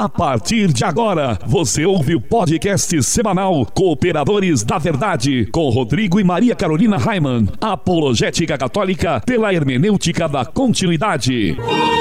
A partir de agora, você ouve o podcast semanal Cooperadores da Verdade, com Rodrigo e Maria Carolina Raimann, apologética católica pela hermenêutica da continuidade.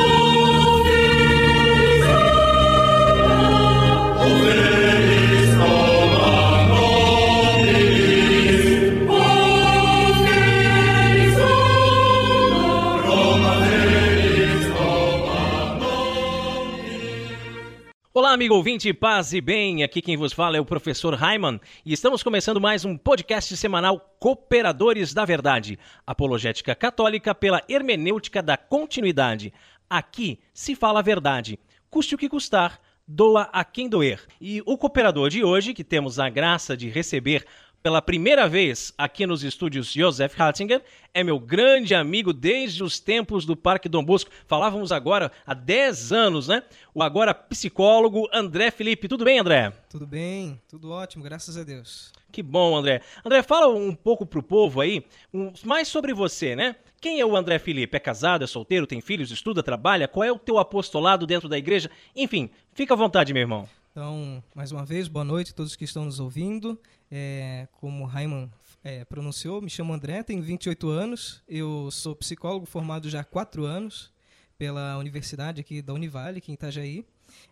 Olá, amigo ouvinte, paz e bem, aqui quem vos fala é o professor Raimann e estamos começando mais um podcast semanal Cooperadores da Verdade, apologética católica pela hermenêutica da continuidade. Aqui se fala a verdade, custe o que custar, doa a quem doer. E o cooperador de hoje, que temos a graça de receber pela primeira vez aqui nos estúdios Joseph Ratzinger, é meu grande amigo desde os tempos do Parque Dom Bosco. Falávamos agora há 10 anos, né? O agora psicólogo André Felipe. Tudo bem, André? Tudo bem, tudo ótimo, graças a Deus. Que bom, André. André, fala um pouco pro povo aí, mais sobre você, né? Quem é o André Felipe? É casado, é solteiro, tem filhos, estuda, trabalha? Qual é o teu apostolado dentro da igreja? Enfim, fica à vontade, meu irmão. Então, mais uma vez, boa noite a todos que estão nos ouvindo. Como o Raimann pronunciou, me chamo André, tenho 28 anos, eu sou psicólogo formado já há 4 anos pela universidade aqui da Univale, aqui em Itajaí.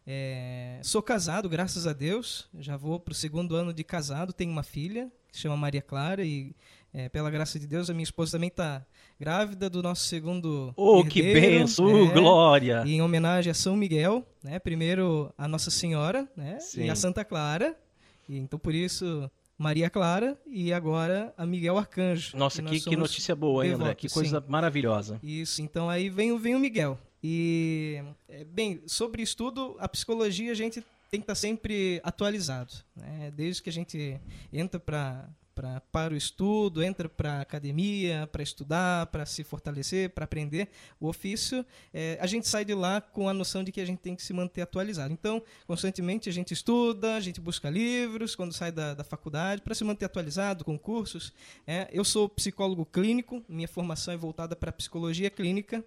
Sou casado, graças a Deus, já vou para o 2º ano de casado, tenho uma filha, que se chama Maria Clara, e pela graça de Deus a minha esposa também está grávida do nosso segundo herdeiro. Que benção, glória! E em homenagem a São Miguel, né? Primeiro a Nossa Senhora, né? E a Santa Clara, e então por isso Maria Clara e agora a Miguel Arcanjo. Nossa, que notícia boa, hein, André? Que coisa maravilhosa. Isso, então aí vem o Miguel. E, bem, sobre estudo, a psicologia a gente tem que estar sempre atualizado, né? Desde que a gente entra para o estudo, entra para a academia, para estudar, para se fortalecer, para aprender o ofício, a gente sai de lá com a noção de que a gente tem que se manter atualizado. Então, constantemente a gente estuda, a gente busca livros quando sai da faculdade, para se manter atualizado, com cursos. Eu sou psicólogo clínico, minha formação é voltada para a psicologia clínica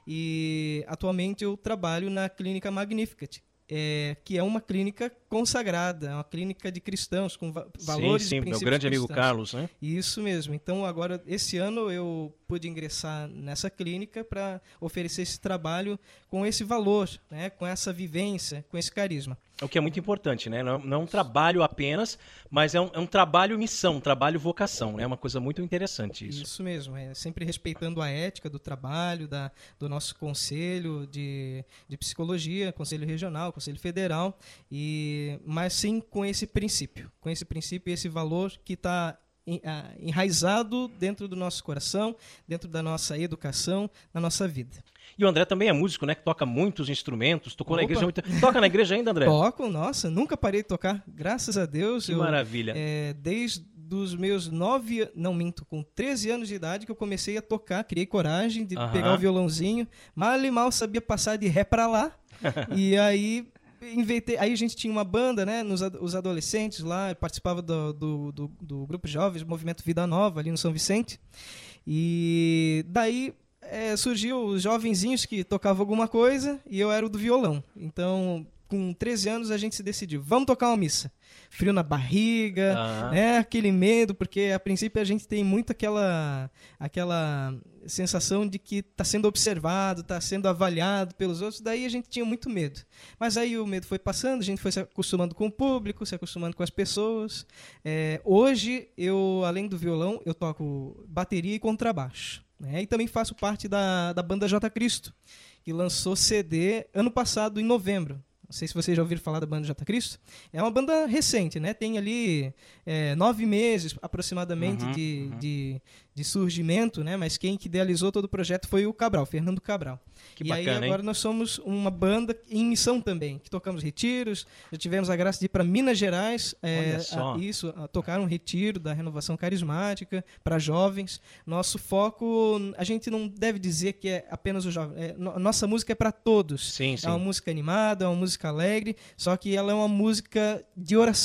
e atualmente eu trabalho na Clínica Magnificat, que é uma clínica consagrada, é uma clínica de cristãos, com valores e princípios meu grande amigo cristãos. Carlos, né? Isso mesmo. Então, agora, esse ano, eu pude ingressar nessa clínica para oferecer esse trabalho com esse valor, né? Com essa vivência, com esse carisma. O que é muito importante, né? Não é um trabalho apenas, mas é um trabalho missão, um trabalho vocação, né? É uma coisa muito interessante isso. Isso mesmo, sempre respeitando a ética do trabalho, do nosso conselho de psicologia, conselho regional, conselho federal, mas sim com esse princípio e esse valor que está enraizado dentro do nosso coração, dentro da nossa educação, na nossa vida. E o André também é músico, né? Que toca muitos instrumentos, tocou na igreja. Toca na igreja ainda, André? Toco, nossa, nunca parei de tocar, graças a Deus. Que maravilha. Desde os meus 13 anos de idade que eu comecei a tocar, criei coragem de pegar o violãozinho, mal e mal sabia passar de ré para lá, e aí aí a gente tinha uma banda, né, os adolescentes lá, participava do grupo jovens, Movimento Vida Nova, ali no São Vicente, e daí surgiu os jovenzinhos que tocavam alguma coisa e eu era o do violão. Então, com 13 anos, a gente se decidiu, vamos tocar uma missa. Frio na barriga, aquele medo, porque a princípio a gente tem muito aquela sensação de que está sendo observado, está sendo avaliado pelos outros, daí a gente tinha muito medo. Mas aí o medo foi passando, a gente foi se acostumando com o público, se acostumando com as pessoas. Hoje, além do violão, eu toco bateria e contrabaixo. E também faço parte da banda J Cristo, que lançou CD ano passado, em novembro. Não sei se vocês já ouviram falar da banda J Cristo. É uma banda recente, né? Tem ali 9 meses aproximadamente de surgimento, né? Mas quem que idealizou todo o projeto foi o Cabral, Fernando Cabral. Que bacana, aí agora nós somos uma banda em missão também, que tocamos retiros, já tivemos a graça de ir para Minas Gerais, tocar um retiro da renovação carismática para jovens. Nosso foco, a gente não deve dizer que é apenas o jovem, nossa música é para todos. Sim. É uma música animada, é uma música alegre, só que ela é uma música de oração.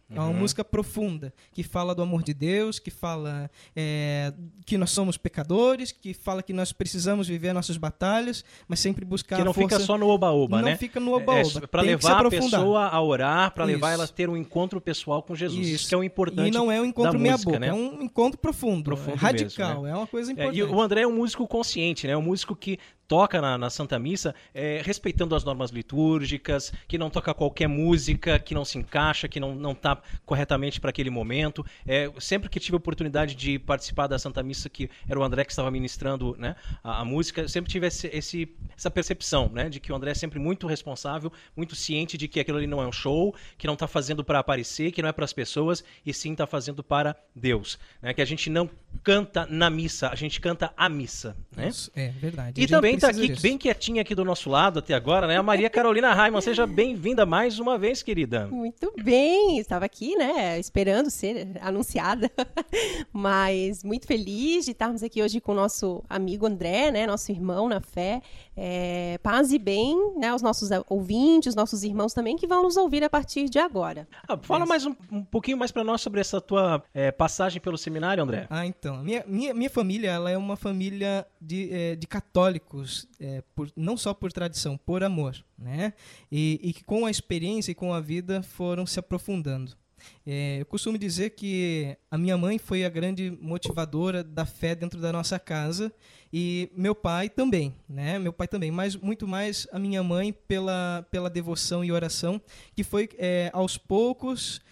É uma música profunda, que fala do amor de Deus, que fala que nós somos pecadores, que fala que nós precisamos viver nossas batalhas, mas sempre buscar que não a força... fica só no oba-oba, né? Não fica no oba-oba. Para levar a pessoa a orar, para levar ela a ter um encontro pessoal com Jesus. Isso que é o importante. E não é um encontro meia-boca, né? É um encontro profundo radical, mesmo, né? É uma coisa importante. E o André é um músico consciente, né? Um músico que toca na Santa Missa, respeitando as normas litúrgicas, que não toca qualquer música, que não se encaixa, que não está corretamente para aquele momento. Sempre que tive a oportunidade de participar da Santa Missa, que era o André que estava ministrando, né, a música, eu sempre tive essa percepção, né, de que o André é sempre muito responsável, muito ciente de que aquilo ali não é um show, que não está fazendo para aparecer, que não é para as pessoas, e sim está fazendo para Deus. Né, que a gente não canta na missa, a gente canta a missa. Né? Isso, é verdade. E também está aqui, bem quietinha aqui do nosso lado até agora, né? A Maria Carolina Raimann. Seja bem-vinda mais uma vez, querida. Muito bem, estava aqui, né, esperando ser anunciada, mas muito feliz de estarmos aqui hoje com o nosso amigo André, né, nosso irmão na fé. Paz e bem, né, os nossos ouvintes, os nossos irmãos também que vão nos ouvir a partir de agora. Fala mais um pouquinho mais para nós sobre essa tua passagem pelo seminário, André. Então, minha família, ela é uma família de católicos, não só por tradição, por amor, né? E que com a experiência e com a vida foram se aprofundando. Eu costumo dizer que a minha mãe foi a grande motivadora da fé dentro da nossa casa e meu pai também, né? Meu pai também, mas muito mais a minha mãe pela devoção e oração, que foi aos poucos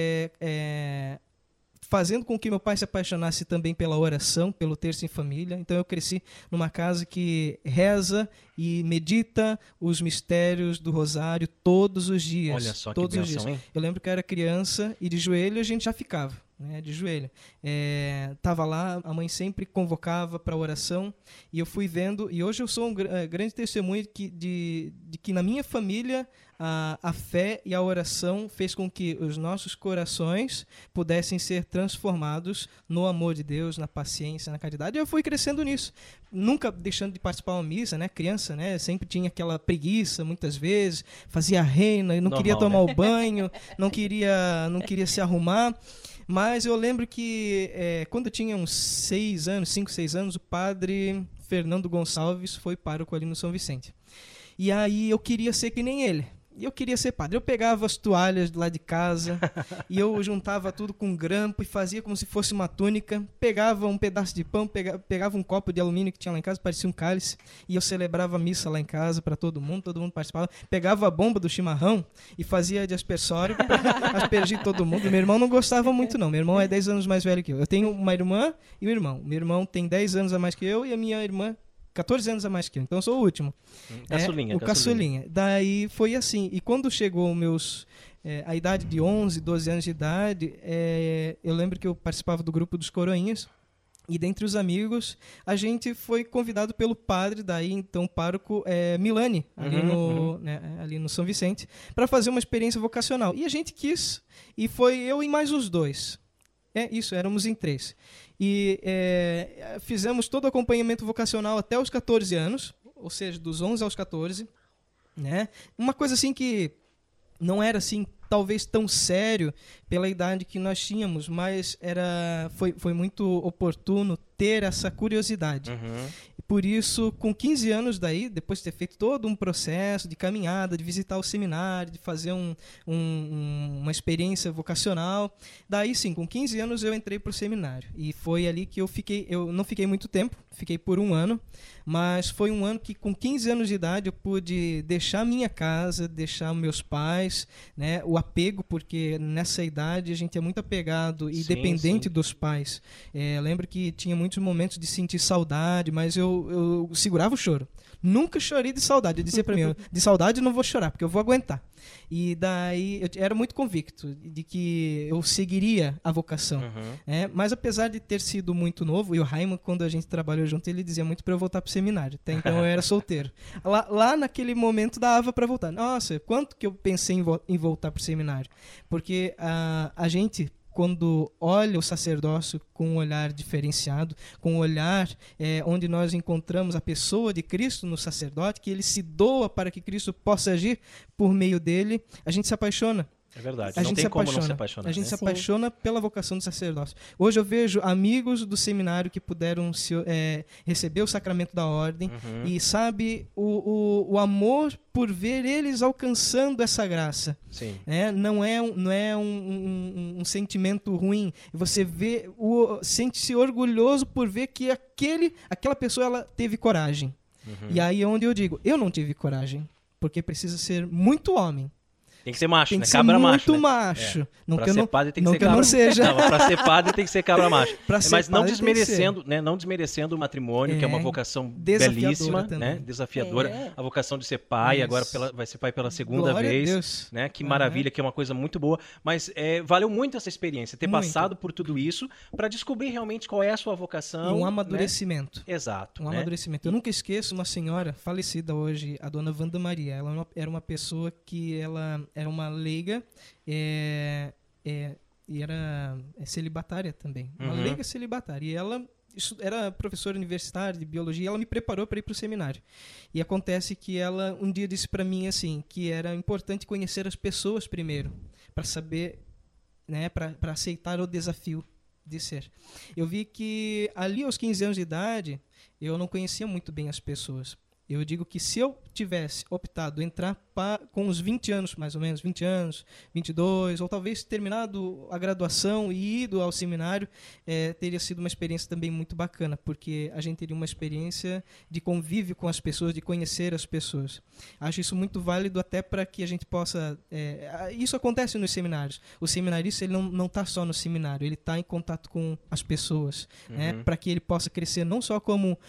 fazendo com que meu pai se apaixonasse também pela oração, pelo terço em família. Então eu cresci numa casa que reza e medita os mistérios do rosário todos os dias. Olha só todos que os bênção, dias. hein? Eu lembro que eu era criança e de joelho a gente já ficava, né, de joelho. Tava lá, a mãe sempre convocava para oração e eu fui vendo, e hoje eu sou um grande testemunho de que na minha família a fé e a oração fez com que os nossos corações pudessem ser transformados no amor de Deus, na paciência, na caridade. E eu fui crescendo nisso, nunca deixando de participar de uma missa, né? Criança, né? Sempre tinha aquela preguiça, muitas vezes, fazia reina, não queria tomar o banho, não queria se arrumar. Mas eu lembro que quando eu tinha uns 5, 6 anos, o padre Fernando Gonçalves foi pároco ali no São Vicente. E aí eu queria ser que nem ele. E eu queria ser padre. Eu pegava as toalhas lá de casa e eu juntava tudo com grampo e fazia como se fosse uma túnica. Pegava um pedaço de pão, pegava um copo de alumínio que tinha lá em casa, parecia um cálice, e eu celebrava a missa lá em casa para todo mundo participava. Pegava a bomba do chimarrão e fazia de aspersório para aspergir todo mundo. Meu irmão não gostava muito, não. Meu irmão é 10 anos mais velho que eu. Eu tenho uma irmã e um irmão. Meu irmão tem 10 anos a mais que eu e a minha irmã 14 anos a mais que eu, então eu sou o último. Caçulinha. O caçulinha. Daí foi assim, e quando chegou a idade de 11, 12 anos de idade, eu lembro que eu participava do grupo dos coroinhas, e dentre os amigos, a gente foi convidado pelo padre, daí então pároco Milani, ali no São Vicente, para fazer uma experiência vocacional. E a gente quis, e foi eu e mais os dois. Éramos em 3. E fizemos todo o acompanhamento vocacional até os 14 anos, ou seja, dos 11 aos 14. Né? Uma coisa assim que não era assim, talvez tão sério pela idade que nós tínhamos, mas foi muito oportuno ter essa curiosidade. Por isso, com 15 anos daí, depois de ter feito todo um processo de caminhada, de visitar o seminário, de fazer uma experiência vocacional, daí sim, com 15 anos eu entrei para o seminário. E foi ali que eu não fiquei muito tempo, fiquei por 1 ano, mas foi um ano que com 15 anos de idade eu pude deixar minha casa, deixar meus pais, né, o apego, porque nessa idade a gente é muito apegado e dependente dos pais. Lembro que tinha muitos momentos de sentir saudade, mas eu segurava o choro. Nunca chorei de saudade. Eu dizia para mim, de saudade eu não vou chorar, porque eu vou aguentar. E daí eu era muito convicto de que eu seguiria a vocação. Mas apesar de ter sido muito novo, e o Raimann, quando a gente trabalhou junto, ele dizia muito para eu voltar pro seminário. Até então eu era solteiro. Lá naquele momento dava para voltar. Nossa, quanto que eu pensei em voltar pro seminário. Porque a gente, quando olha o sacerdócio com um olhar diferenciado, com um olhar onde nós encontramos a pessoa de Cristo no sacerdote, que ele se doa para que Cristo possa agir por meio dele, a gente se apaixona. É verdade, não tem como não se apaixonar. A gente se Sim. apaixona pela vocação do sacerdócio. Hoje eu vejo amigos do seminário que puderam receber o sacramento da ordem e sabe o amor por ver eles alcançando essa graça. Sim. Não é um sentimento ruim. Você sente-se orgulhoso por ver que aquela pessoa ela teve coragem. E aí é onde eu digo, eu não tive coragem, porque precisa ser muito homem. Tem que ser macho, Tem né? que ser Cabra muito macho. macho. Né? Não pra que eu ser não, padre tem que não ser que eu cabra. não seja. Não, pra ser padre tem que ser cabra macho. Pra ser Mas não padre tem que desmerecendo, ser. né? Não desmerecendo o matrimônio, que é uma vocação Desafiadora belíssima, também. né? Desafiadora. É. A vocação de ser pai, Isso. agora vai ser pai pela segunda Glória a vez. Deus. Né? Que maravilha, que é uma coisa muito boa. Mas valeu muito essa experiência, ter Muito. passado por tudo isso para descobrir realmente qual é a sua vocação. E um né? amadurecimento. Exato. Um né? amadurecimento. Eu nunca esqueço uma senhora falecida hoje, a dona Wanda Maria. Ela era uma pessoa que ela era uma leiga e era celibatária também. Uma leiga celibatária. E ela era professora universitária de biologia e ela me preparou para ir para o seminário. E acontece que ela um dia disse para mim assim, que era importante conhecer as pessoas primeiro, para saber, né, para aceitar o desafio de ser. Eu vi que ali aos 15 anos de idade, eu não conhecia muito bem as pessoas. Eu digo que se eu tivesse optado entrar com uns 20 anos, mais ou menos, 20 anos, 22, ou talvez terminado a graduação e ido ao seminário, teria sido uma experiência também muito bacana, porque a gente teria uma experiência de convívio com as pessoas, de conhecer as pessoas. Acho isso muito válido até para que a gente possa... isso acontece nos seminários. O seminarista ele não está só no seminário, ele está em contato com as pessoas, né, para que ele possa crescer não só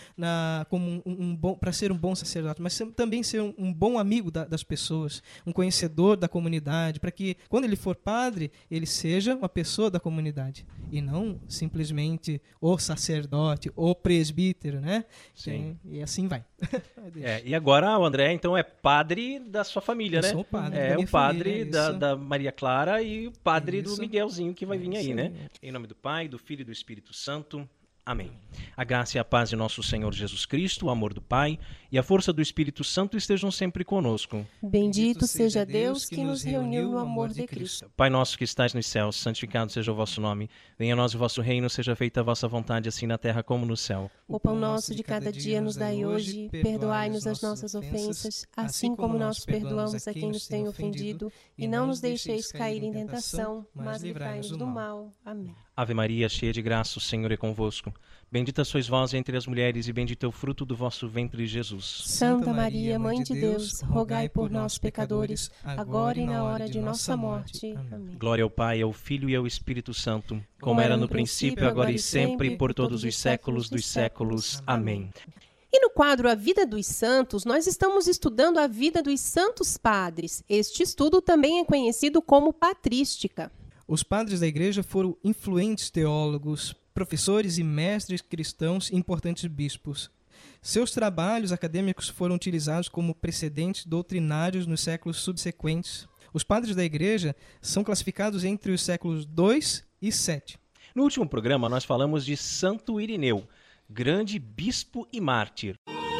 para ser um bom sacerdote, mas também ser um bom amigo das pessoas, um conhecedor da comunidade, para que quando ele for padre, ele seja uma pessoa da comunidade e não simplesmente o sacerdote, o presbítero, né? Sim. E assim vai. E agora o André, então, é padre da sua família, né? Eu sou o padre da É minha o padre família, da Maria Clara e o padre do Isso. Miguelzinho que vai vir aí, né? Em nome do Pai, do Filho e do Espírito Santo. Amém. A graça e a paz de nosso Senhor Jesus Cristo, o amor do Pai e a força do Espírito Santo estejam sempre conosco. Bendito seja Deus que nos reuniu no amor de Cristo. Pai nosso que estais nos céus, santificado seja o vosso nome. Venha a nós o vosso reino, seja feita a vossa vontade, assim na terra como no céu. O pão nosso de cada dia nos dai hoje, perdoai-nos as nossas ofensas, assim como nós perdoamos a quem nos tem ofendido, e não nos deixeis cair em tentação, mas livrai-nos do mal. Amém. Ave Maria, cheia de graça, o Senhor é convosco. Bendita sois vós entre as mulheres e bendito é o fruto do vosso ventre, Jesus. Santa Maria, Mãe de Deus, rogai por nós, pecadores, agora e na hora de nossa morte. Amém. Glória ao Pai, ao Filho e ao Espírito Santo, como era no princípio, agora e sempre, por todos os séculos dos séculos. Amém. E no quadro A Vida dos Santos, nós estamos estudando a vida dos santos padres. Este estudo também é conhecido como patrística. Os padres da igreja foram influentes teólogos, professores e mestres cristãos e importantes bispos. Seus trabalhos acadêmicos foram utilizados como precedentes doutrinários nos séculos subsequentes. Os padres da igreja são classificados entre os séculos II e VII. No último programa, nós falamos de Santo Irineu, grande bispo e mártir.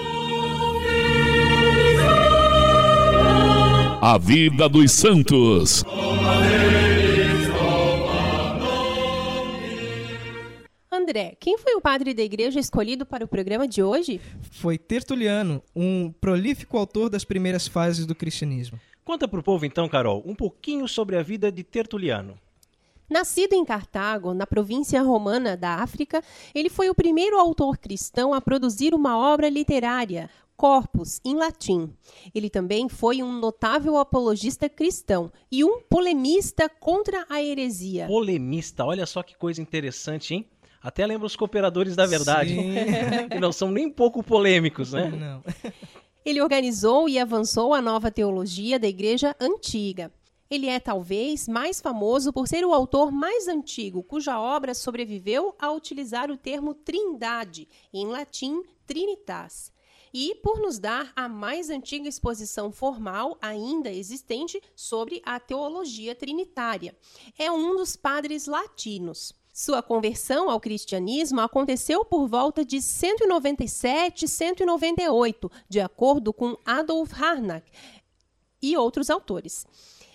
A vida dos santos. André, quem foi o padre da igreja escolhido para o programa de hoje? Foi Tertuliano, um prolífico autor das primeiras fases do cristianismo. Conta para o povo então, Carol, um pouquinho sobre a vida de Tertuliano. Nascido em Cartago, na província romana da África, ele foi o primeiro autor cristão a produzir uma obra literária, Corpus, em latim. Ele também foi um notável apologista cristão e um polemista contra a heresia. Polemista, olha só que coisa interessante, hein? Até lembra os cooperadores da verdade, que não são nem pouco polêmicos, né? Não. Ele organizou e avançou a nova teologia da Igreja Antiga. Ele é talvez mais famoso por ser o autor mais antigo, cuja obra sobreviveu a utilizar o termo trindade, em latim trinitas, e por nos dar a mais antiga exposição formal ainda existente sobre a teologia trinitária. É um dos padres latinos. Sua conversão ao cristianismo aconteceu por volta de 197 e 198, de acordo com Adolf Harnack e outros autores.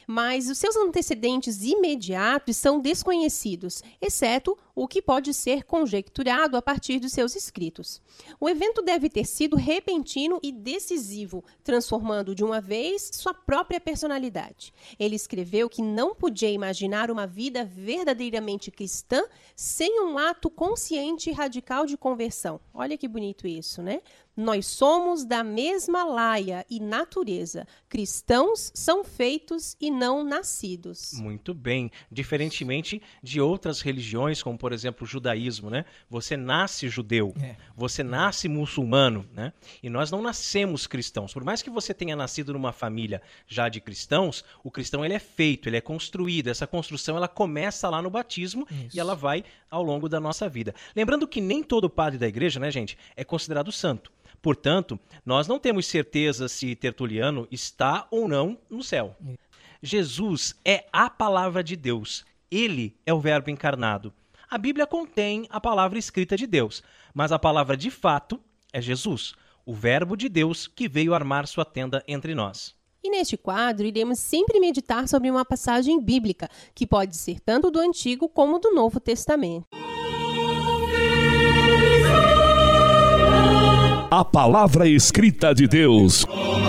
mas os seus antecedentes imediatos são desconhecidos, exceto o que pode ser conjecturado a partir dos seus escritos. O evento deve ter sido repentino e decisivo, transformando de uma vez sua própria personalidade. Ele escreveu que não podia imaginar uma vida verdadeiramente cristã sem um ato consciente e radical de conversão. Olha que bonito isso, né? Nós somos da mesma laia e natureza. Cristãos são feitos e não nascidos. Muito bem. Diferentemente de outras religiões, como por exemplo o judaísmo, né? Você nasce judeu, você nasce muçulmano, né? E nós não nascemos cristãos. Por mais que você tenha nascido numa família já de cristãos, o cristão ele é feito, ele é construído. Essa construção ela começa lá no batismo e ela vai ao longo da nossa vida. Lembrando que nem todo padre da igreja, né, gente, é considerado santo. Portanto, nós não temos certeza se Tertuliano está ou não no céu. Jesus é a palavra de Deus. Ele é o Verbo encarnado. A Bíblia contém a palavra escrita de Deus, mas a palavra de fato é Jesus, o Verbo de Deus que veio armar sua tenda entre nós. E neste quadro, iremos sempre meditar sobre uma passagem bíblica, que pode ser tanto do Antigo como do Novo Testamento. A palavra escrita de Deus.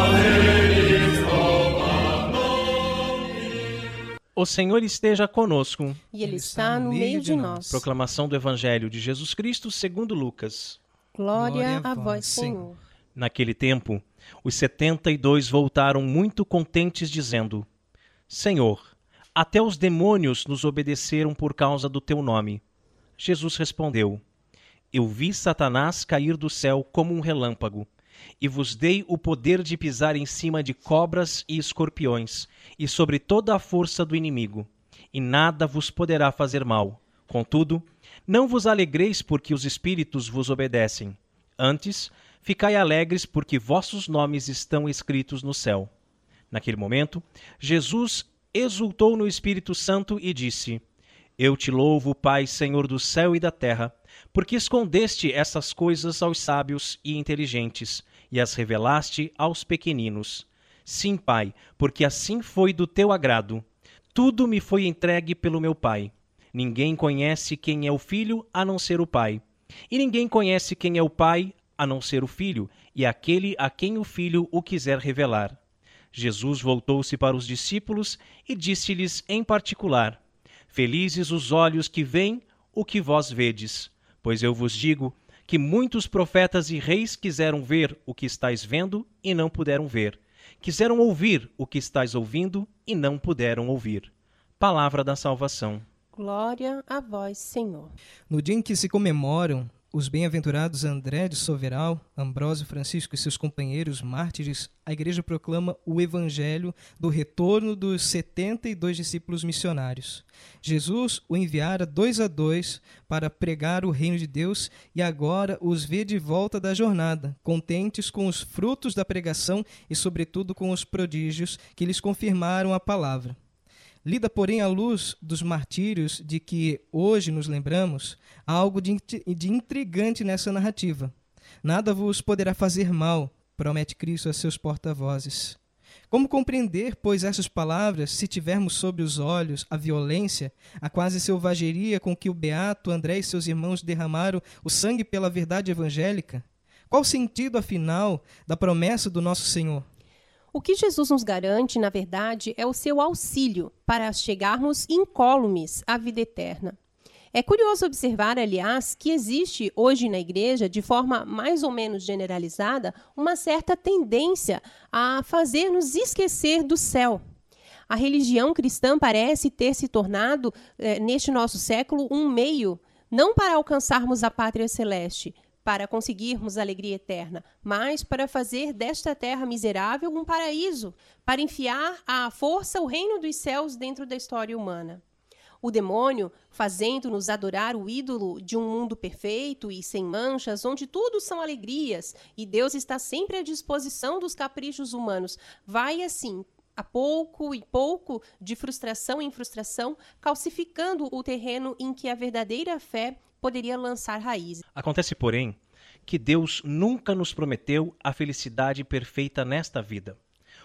O Senhor esteja conosco. E Ele está no meio de nós. Proclamação do Evangelho de Jesus Cristo segundo Lucas. Glória a vós, Senhor. Naquele tempo, os 72 voltaram muito contentes, dizendo: Senhor, até os demônios nos obedeceram por causa do teu nome. Jesus respondeu: Eu vi Satanás cair do céu como um relâmpago, e vos dei o poder de pisar em cima de cobras e escorpiões, e sobre toda a força do inimigo, e nada vos poderá fazer mal. Contudo, não vos alegreis porque os espíritos vos obedecem. Antes, ficai alegres porque vossos nomes estão escritos no céu. Naquele momento, Jesus exultou no Espírito Santo e disse: Eu te louvo, Pai, Senhor do céu e da terra, porque escondeste essas coisas aos sábios e inteligentes e as revelaste aos pequeninos. Sim, Pai, porque assim foi do teu agrado. Tudo me foi entregue pelo meu Pai. Ninguém conhece quem é o Filho a não ser o Pai. E ninguém conhece quem é o Pai a não ser o Filho, e aquele a quem o Filho o quiser revelar. Jesus voltou-se para os discípulos e disse-lhes em particular: Felizes os olhos que veem o que vós vedes, pois eu vos digo que muitos profetas e reis quiseram ver o que estáis vendo e não puderam ver. Quiseram ouvir o que estáis ouvindo e não puderam ouvir. Palavra da salvação. Glória a vós, Senhor. No dia em que se comemoram os bem-aventurados André de Soveral, Ambrósio Francisco e seus companheiros mártires, a Igreja proclama o Evangelho do retorno dos 72 discípulos missionários. Jesus o enviara 2 a 2 para pregar o reino de Deus e agora os vê de volta da jornada, contentes com os frutos da pregação e, sobretudo, com os prodígios que lhes confirmaram a palavra. Lida, porém, à luz dos martírios de que hoje nos lembramos, há algo de intrigante nessa narrativa. Nada vos poderá fazer mal, promete Cristo a seus porta-vozes. Como compreender, pois, essas palavras, se tivermos sob os olhos a violência, a quase selvageria com que o beato André e seus irmãos derramaram o sangue pela verdade evangélica? Qual o sentido, afinal, da promessa do nosso Senhor? O que Jesus nos garante, na verdade, é o seu auxílio para chegarmos incólumes à vida eterna. É curioso observar, aliás, que existe hoje na Igreja, de forma mais ou menos generalizada, uma certa tendência a fazer-nos esquecer do céu. A religião cristã parece ter se tornado, neste nosso século, um meio, não para alcançarmos a pátria celeste, para conseguirmos a alegria eterna, mas para fazer desta terra miserável um paraíso, para enfiar à força o reino dos céus dentro da história humana. O demônio, fazendo-nos adorar o ídolo de um mundo perfeito e sem manchas, onde tudo são alegrias e Deus está sempre à disposição dos caprichos humanos, vai assim, a pouco e pouco, de frustração em frustração, calcificando o terreno em que a verdadeira fé poderia lançar raízes. Acontece, porém, que Deus nunca nos prometeu a felicidade perfeita nesta vida.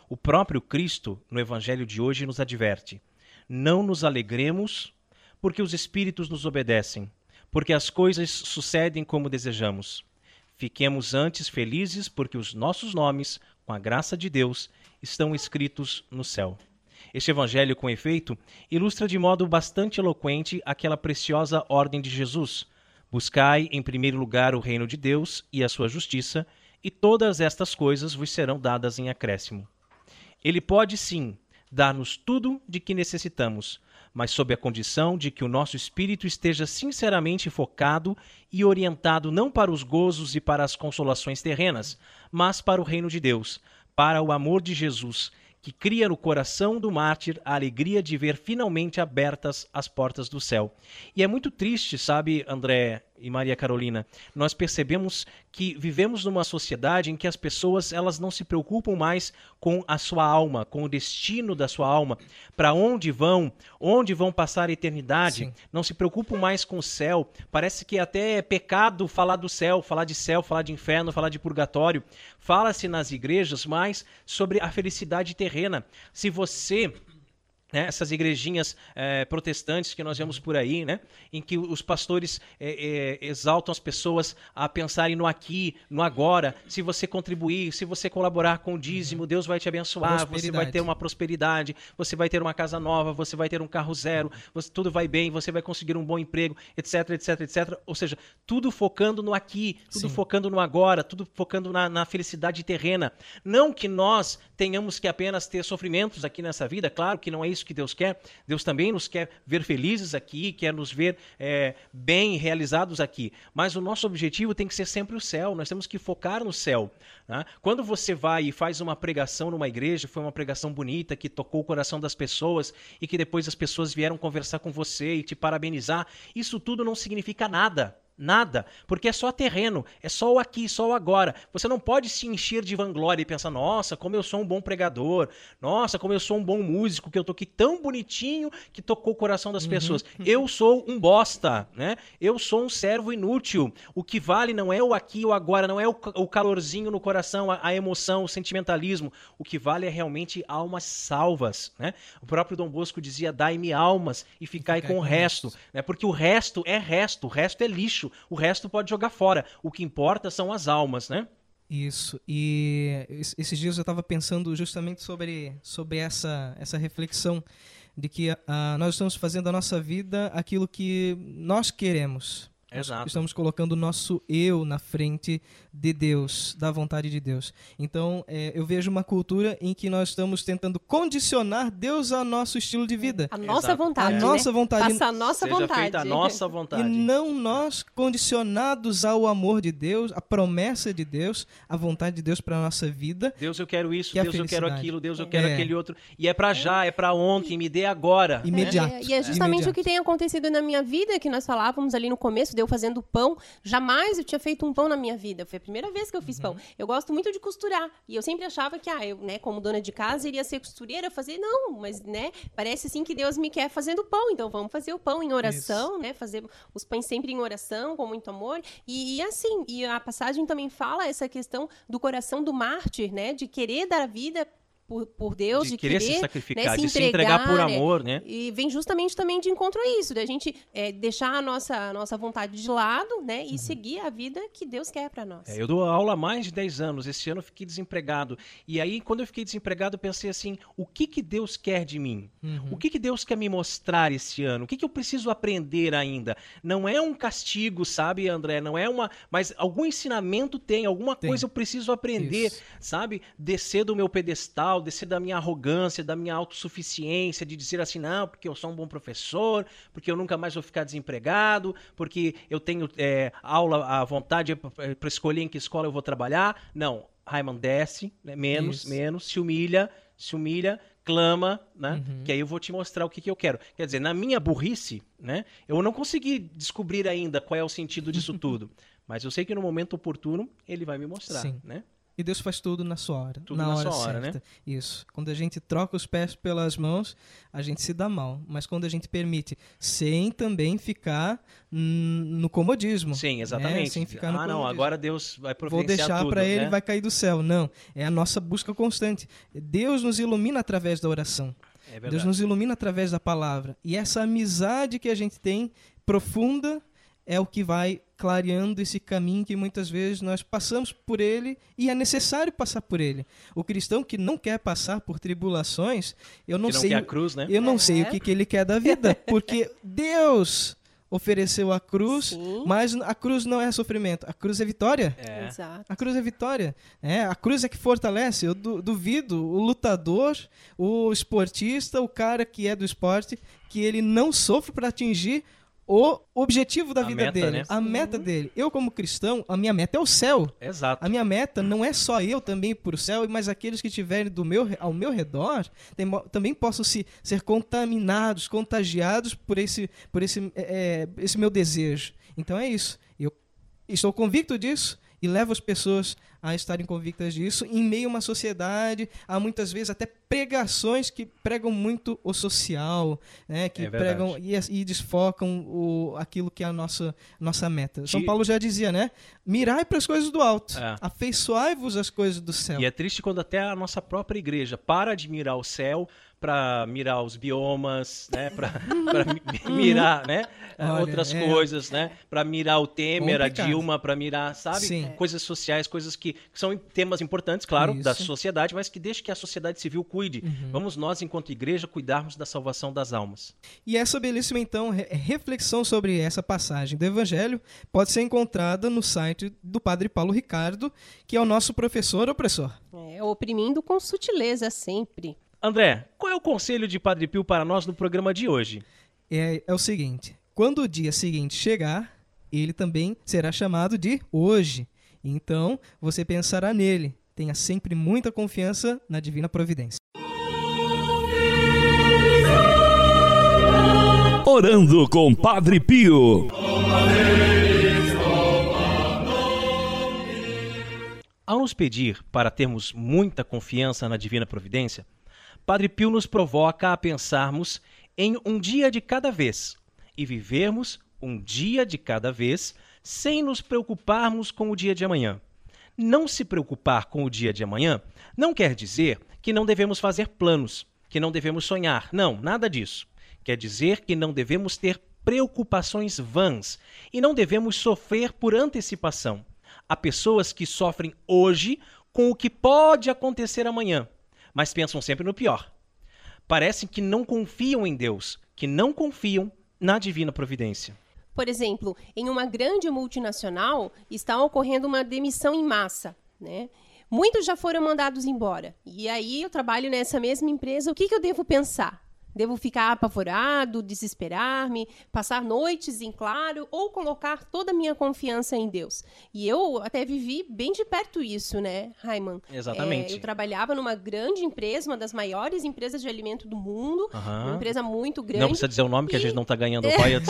O próprio Cristo, no Evangelho de hoje, nos adverte: não nos alegremos porque os espíritos nos obedecem, porque as coisas sucedem como desejamos. Fiquemos antes felizes porque os nossos nomes, com a graça de Deus, estão escritos no céu. Este evangelho, com efeito, ilustra de modo bastante eloquente aquela preciosa ordem de Jesus: buscai em primeiro lugar o reino de Deus e a sua justiça, e todas estas coisas vos serão dadas em acréscimo. Ele pode, sim, dar-nos tudo de que necessitamos, mas sob a condição de que o nosso espírito esteja sinceramente focado e orientado não para os gozos e para as consolações terrenas, mas para o reino de Deus, para o amor de Jesus, que cria no coração do mártir a alegria de ver finalmente abertas as portas do céu. E é muito triste, sabe, André e Maria Carolina, nós percebemos que vivemos numa sociedade em que as pessoas elas não se preocupam mais com a sua alma, com o destino da sua alma, para onde vão passar a eternidade. Sim. Não se preocupam mais com o céu. Parece que até é pecado falar do céu, falar de inferno, falar de purgatório. Fala-se nas igrejas mais sobre a felicidade terrena. Se você... essas igrejinhas protestantes que nós vemos por aí, né, em que os pastores exaltam as pessoas a pensarem no aqui, no agora. Se você contribuir, se você colaborar com o dízimo, Deus vai te abençoar, você vai ter uma prosperidade, você vai ter uma casa nova, você vai ter um carro zero, tudo vai bem, você vai conseguir um bom emprego, etc, etc, etc. Ou seja, tudo focando no aqui, tudo Sim. focando no agora, tudo focando na felicidade terrena. Não que nós tenhamos que apenas ter sofrimentos aqui nessa vida, claro que não é isso que Deus quer. Deus também nos quer ver felizes aqui, quer nos ver bem realizados aqui. Mas o nosso objetivo tem que ser sempre o céu. Nós temos que focar no céu. Né? Quando você vai e faz uma pregação numa igreja, foi uma pregação bonita, que tocou o coração das pessoas e que depois as pessoas vieram conversar com você e te parabenizar, isso tudo não significa nada. Nada, porque é só terreno, é só o aqui, só o agora. Você não pode se encher de vanglória e pensar: nossa, como eu sou um bom pregador, nossa, como eu sou um bom músico, que eu toquei tão bonitinho que tocou o coração das pessoas. Eu sou um bosta, né? Eu sou um servo inútil. O que vale não é o aqui e o agora, não é o calorzinho no coração, a emoção, o sentimentalismo. O que vale é realmente almas salvas, né? O próprio Dom Bosco dizia: dai-me almas e ficai com o resto, né? Porque o resto é lixo. O resto pode jogar fora. O que importa são as almas, né? Isso. E esses dias eu estava pensando justamente sobre essa reflexão de que nós estamos fazendo a nossa vida aquilo que nós queremos. Exato. Estamos colocando o nosso eu na frente de Deus, da vontade de Deus. Então, eu vejo uma cultura em que nós estamos tentando condicionar Deus ao nosso estilo de vida. A nossa vontade, a nossa vontade. Faça a nossa Seja vontade. feita a nossa vontade. E não nós condicionados ao amor de Deus, à promessa de Deus, à vontade de Deus para a nossa vida. Deus, eu quero isso, que Deus, eu quero aquilo, Deus, eu quero aquele outro. E é para já, é para ontem, me dê agora. Imediato. E é justamente o que tem acontecido na minha vida, que nós falávamos ali no começo, de eu fazendo pão. Jamais eu tinha feito um pão na minha vida. Foi a primeira vez que eu fiz pão. Eu gosto muito de costurar. E eu sempre achava que, eu, né, como dona de casa, iria ser costureira, fazer. Não, mas, né, parece assim que Deus me quer fazendo pão. Então vamos fazer o pão em oração, né? Fazer os pães sempre em oração, com muito amor. E assim, e a passagem também fala essa questão do coração do mártir, né? De querer dar a vida por Deus, de querer se sacrificar, de se entregar por amor, né? E vem justamente também de encontro a isso, da gente deixar a nossa vontade de lado, né? E seguir a vida que Deus quer para nós. Eu dou aula há mais de 10 anos, esse ano eu fiquei desempregado. E aí, quando eu fiquei desempregado, eu pensei assim, o que Deus quer de mim? O que Deus quer me mostrar esse ano? O que eu preciso aprender ainda? Não é um castigo, sabe, André? Não é mas algum ensinamento tem, alguma coisa eu preciso aprender, sabe? Descer do meu pedestal, descer da minha arrogância, da minha autossuficiência, de dizer assim, não, porque eu sou um bom professor, porque eu nunca mais vou ficar desempregado, porque eu tenho aula à vontade para escolher em que escola eu vou trabalhar. Não, Raiman, desce, né? menos, se humilha, clama, né? Que aí eu vou te mostrar o que eu quero. Quer dizer, na minha burrice, né? Eu não consegui descobrir ainda qual é o sentido disso tudo, mas eu sei que no momento oportuno ele vai me mostrar, né? E Deus faz tudo na sua hora. Tudo na hora sua hora, certa. né? Isso. Quando a gente troca os pés pelas mãos, a gente se dá mal. Mas quando a gente permite, sem também ficar no comodismo. Sim, exatamente. Né? Sem ficar no comodismo. Não, agora Deus vai providenciar Vou deixar tudo, para ele, né? vai cair do céu. Não, é a nossa busca constante. Deus nos ilumina através da oração. É verdade. Deus nos ilumina através da palavra. E essa amizade que a gente tem, profunda, é o que vai clareando esse caminho que muitas vezes nós passamos por ele e é necessário passar por ele. O cristão que não quer passar por tribulações, eu não sei, quer a cruz, né? eu não sei o que ele quer da vida, porque Deus ofereceu a cruz, Sim. mas a cruz não é sofrimento, a cruz é vitória. Exato. A cruz é vitória. A cruz é que fortalece. Eu duvido o lutador, o esportista, o cara que é do esporte, que ele não sofre para atingir o objetivo da vida meta, dele, né? a meta dele. Eu, como cristão, a minha meta é o céu. Exato. A minha meta não é só eu também ir para o céu, mas aqueles que estiverem ao meu redor também possam ser contaminados, contagiados por esse meu desejo. Então é isso. Eu estou convicto disso e levo as pessoas a estarem convictas disso em meio a uma sociedade, há muitas vezes até pregações que pregam muito o social, né, que pregam e desfocam aquilo que é a nossa meta. São Paulo já dizia, né? Mirai para as coisas do alto, afeiçoai-vos às coisas do céu. E é triste quando até a nossa própria igreja para de mirar o céu para mirar os biomas, né? Para mirar, né? Outras coisas, né? Para mirar o Temer, a Dilma, para mirar, sabe? Sim. Coisas sociais, coisas que são temas importantes, claro, Isso. da sociedade, mas que deixe que a sociedade civil cuide. Vamos nós, enquanto igreja, cuidarmos da salvação das almas. E essa belíssima, então, reflexão sobre essa passagem do Evangelho pode ser encontrada no site do Padre Paulo Ricardo, que é o nosso professor opressor. Oprimindo com sutileza sempre. André, qual é o conselho de Padre Pio para nós no programa de hoje? É o seguinte, quando o dia seguinte chegar, ele também será chamado de hoje. Então, você pensará nele. Tenha sempre muita confiança na divina providência. Orando com Padre Pio. Ao nos pedir para termos muita confiança na divina providência, Padre Pio nos provoca a pensarmos em um dia de cada vez e vivermos um dia de cada vez sem nos preocuparmos com o dia de amanhã. Não se preocupar com o dia de amanhã não quer dizer que não devemos fazer planos, que não devemos sonhar. Não, nada disso. Quer dizer que não devemos ter preocupações vãs e não devemos sofrer por antecipação. Há pessoas que sofrem hoje com o que pode acontecer amanhã, mas pensam sempre no pior. Parecem que não confiam em Deus, que não confiam na divina providência. Por exemplo, em uma grande multinacional está ocorrendo uma demissão em massa, né? Muitos já foram mandados embora. E aí eu trabalho nessa mesma empresa, o que eu devo pensar? Devo ficar apavorado, desesperar-me, passar noites em claro ou colocar toda a minha confiança em Deus? E eu até vivi bem de perto isso, né, Raiman? Exatamente. Eu trabalhava numa grande empresa, uma das maiores empresas de alimento do mundo, uma empresa muito grande. Não precisa dizer o nome, que a gente não está ganhando royalties.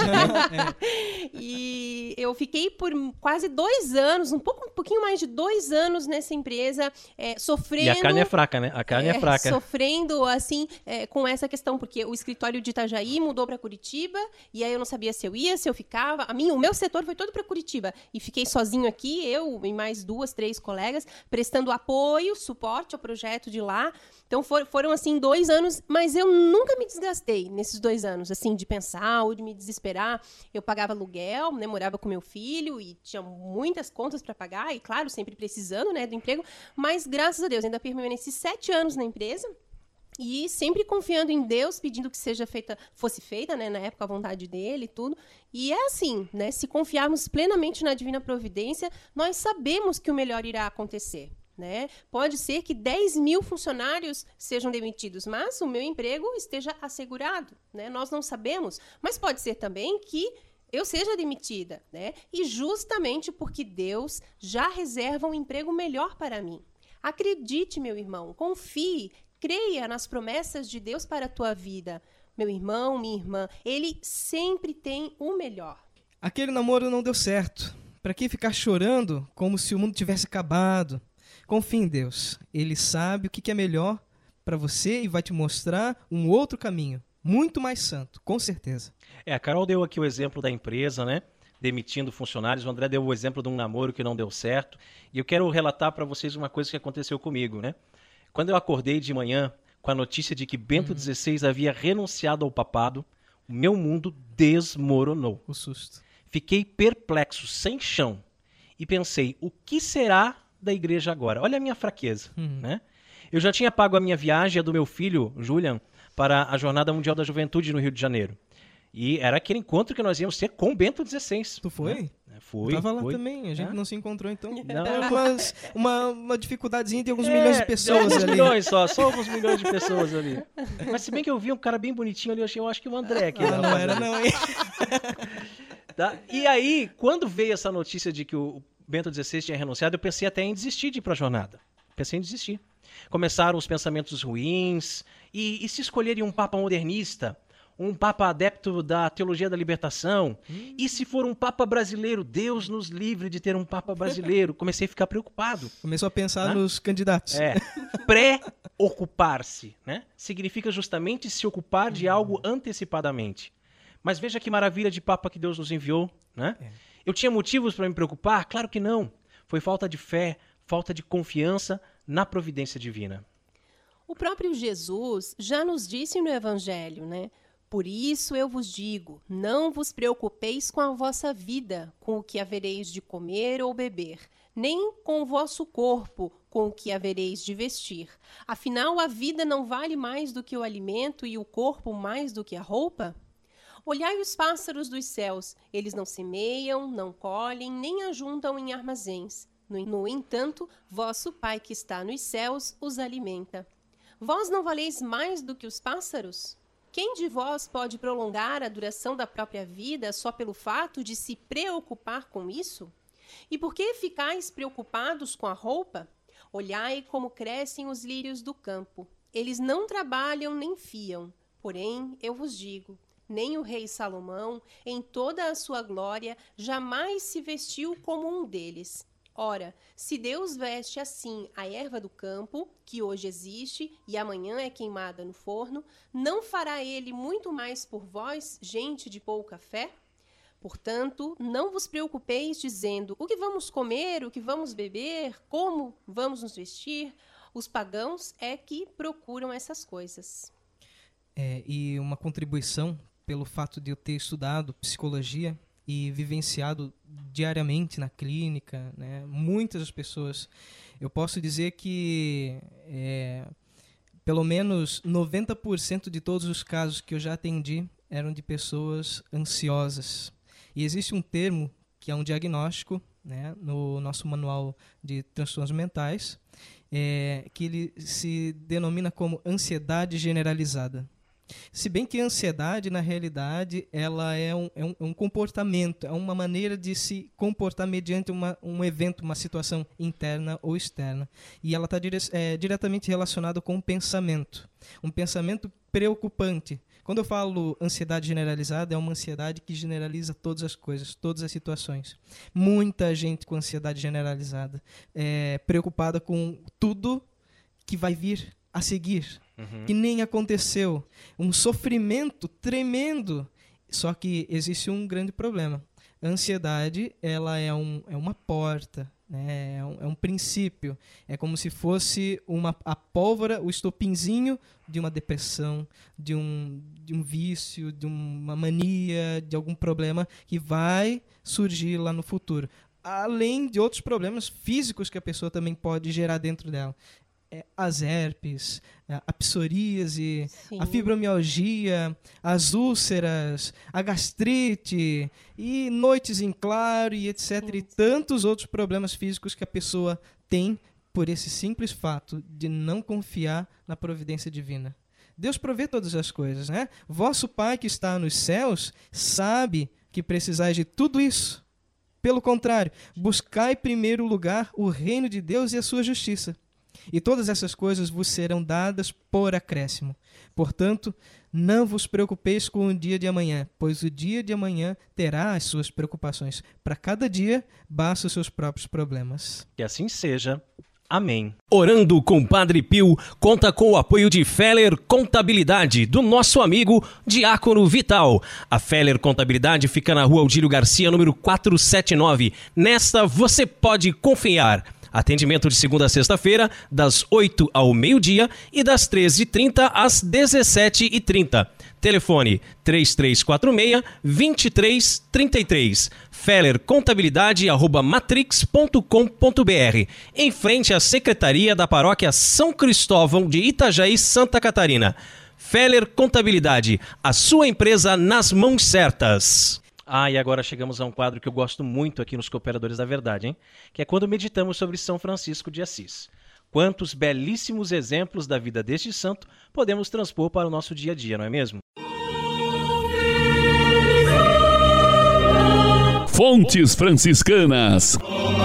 E eu fiquei por quase 2 anos, um pouquinho mais de 2 anos nessa empresa, sofrendo... E a carne é fraca, né? A carne é fraca. Sofrendo, assim, com essa questão, porque o escritório de Itajaí mudou para Curitiba, e aí eu não sabia se eu ia, se eu ficava. O meu setor foi todo para Curitiba, e fiquei sozinho aqui, eu e mais 2, 3 colegas, prestando apoio, suporte ao projeto de lá. Então foram, assim, 2 anos, mas eu nunca me desgastei nesses 2 anos, assim, de pensar ou de me desesperar. Eu pagava aluguel, né, morava com meu filho, e tinha muitas contas para pagar, e claro, sempre precisando, né, do emprego, mas graças a Deus, ainda permaneci 7 anos na empresa, e sempre confiando em Deus, pedindo que fosse feita, né, na época, a vontade dele e tudo. E é assim, né, se confiarmos plenamente na divina providência, nós sabemos que o melhor irá acontecer, né? Pode ser que 10 mil funcionários sejam demitidos, mas o meu emprego esteja assegurado, né? Nós não sabemos, mas pode ser também que eu seja demitida, né? E justamente porque Deus já reserva um emprego melhor para mim. Acredite, meu irmão, confie, creia nas promessas de Deus para a tua vida. Meu irmão, minha irmã, Ele sempre tem o melhor. Aquele namoro não deu certo. Para que ficar chorando como se o mundo tivesse acabado? Confie em Deus. Ele sabe o que é melhor para você e vai te mostrar um outro caminho, muito mais santo, com certeza. A Carol deu aqui o exemplo da empresa, né? Demitindo funcionários. O André deu o exemplo de um namoro que não deu certo. E eu quero relatar para vocês uma coisa que aconteceu comigo, né? Quando eu acordei de manhã com a notícia de que Bento XVI havia renunciado ao papado, o meu mundo desmoronou. O susto. Fiquei perplexo, sem chão. E pensei, o que será da igreja agora? Olha a minha fraqueza, né? Eu já tinha pago a minha viagem, a do meu filho, Julian, para a Jornada Mundial da Juventude no Rio de Janeiro. E era aquele encontro que nós íamos ter com Bento XVI. Tu foi? Né? Fui. Eu tava lá também, a gente não se encontrou, então. Não. Uma dificuldadezinha de alguns milhões de pessoas alguns ali. Milhões só alguns milhões de pessoas ali. Mas se bem que eu vi um cara bem bonitinho ali, eu acho que o André aqui. Não era não, hein? Tá? E aí, quando veio essa notícia de que o Bento XVI tinha renunciado, eu pensei até em desistir de ir para a jornada. Pensei em desistir. Começaram os pensamentos ruins, e se escolherem um papa modernista, um papa adepto da teologia da libertação, e se for um papa brasileiro, Deus nos livre de ter um papa brasileiro. Comecei a ficar preocupado. Começou a pensar nos candidatos. Pré-ocupar-se, né? Significa justamente se ocupar de algo antecipadamente. Mas veja que maravilha de papa que Deus nos enviou, né? Eu tinha motivos para me preocupar? Claro que não. Foi falta de fé, falta de confiança na providência divina. O próprio Jesus já nos disse no Evangelho, né? Por isso eu vos digo, não vos preocupeis com a vossa vida, com o que havereis de comer ou beber, nem com o vosso corpo, com o que havereis de vestir. Afinal, a vida não vale mais do que o alimento e o corpo mais do que a roupa? Olhai os pássaros dos céus, eles não semeiam, não colhem, nem ajuntam em armazéns. No entanto, vosso Pai que está nos céus os alimenta. Vós não valeis mais do que os pássaros? Quem de vós pode prolongar a duração da própria vida só pelo fato de se preocupar com isso? E por que ficais preocupados com a roupa? Olhai como crescem os lírios do campo. Eles não trabalham nem fiam. Porém, eu vos digo, nem o rei Salomão, em toda a sua glória, jamais se vestiu como um deles. Ora, se Deus veste assim a erva do campo, que hoje existe e amanhã é queimada no forno, não fará ele muito mais por vós, gente de pouca fé? Portanto, não vos preocupeis dizendo o que vamos comer, o que vamos beber, como vamos nos vestir. Os pagãos é que procuram essas coisas. E uma contribuição pelo fato de eu ter estudado psicologia e vivenciado diariamente na clínica, né? Muitas pessoas, eu posso dizer que pelo menos 90% de todos os casos que eu já atendi eram de pessoas ansiosas. E existe um termo que é um diagnóstico, né, no nosso manual de transtornos mentais, que ele se denomina como ansiedade generalizada. Se bem que a ansiedade, na realidade, ela é um comportamento, é uma maneira de se comportar mediante um evento, uma situação interna ou externa. E ela está diretamente relacionada com um pensamento preocupante. Quando eu falo ansiedade generalizada, é uma ansiedade que generaliza todas as coisas, todas as situações. Muita gente com ansiedade generalizada, preocupada com tudo que vai vir a seguir, que nem aconteceu. Um sofrimento tremendo. Só que existe um grande problema. A ansiedade, ela é uma porta, né? É um princípio. É como se fosse a pólvora, o estopinzinho de uma depressão, de um vício, de uma mania, de algum problema que vai surgir lá no futuro. Além de outros problemas físicos que a pessoa também pode gerar dentro dela. As herpes, a psoríase, sim, a fibromialgia, as úlceras, a gastrite, e noites em claro, e etc. Sim. E tantos outros problemas físicos que a pessoa tem por esse simples fato de não confiar na providência divina. Deus provê todas as coisas, né? Vosso Pai que está nos céus sabe que precisais de tudo isso. Pelo contrário, buscai em primeiro lugar o reino de Deus e a sua justiça. E todas essas coisas vos serão dadas por acréscimo. Portanto, não vos preocupeis com o dia de amanhã, pois o dia de amanhã terá as suas preocupações. Para cada dia, basta os seus próprios problemas. Que assim seja. Amém. Orando com Padre Pio conta com o apoio de Feller Contabilidade, do nosso amigo Diácono Vital. A Feller Contabilidade fica na Rua Aldílio Garcia, número 479. Nesta você pode confiar. Atendimento de segunda a sexta-feira, das 8 ao meio-dia e das 13h30 às 17h30. Telefone 3346-2333. fellercontabilidade@matrix.com.br. Em frente à Secretaria da Paróquia São Cristóvão de Itajaí, Santa Catarina. Feller Contabilidade, a sua empresa nas mãos certas. E agora chegamos a um quadro que eu gosto muito aqui nos Cooperadores da Verdade, hein? Que é quando meditamos sobre São Francisco de Assis. Quantos belíssimos exemplos da vida deste santo podemos transpor para o nosso dia a dia, não é mesmo? Fontes Franciscanas.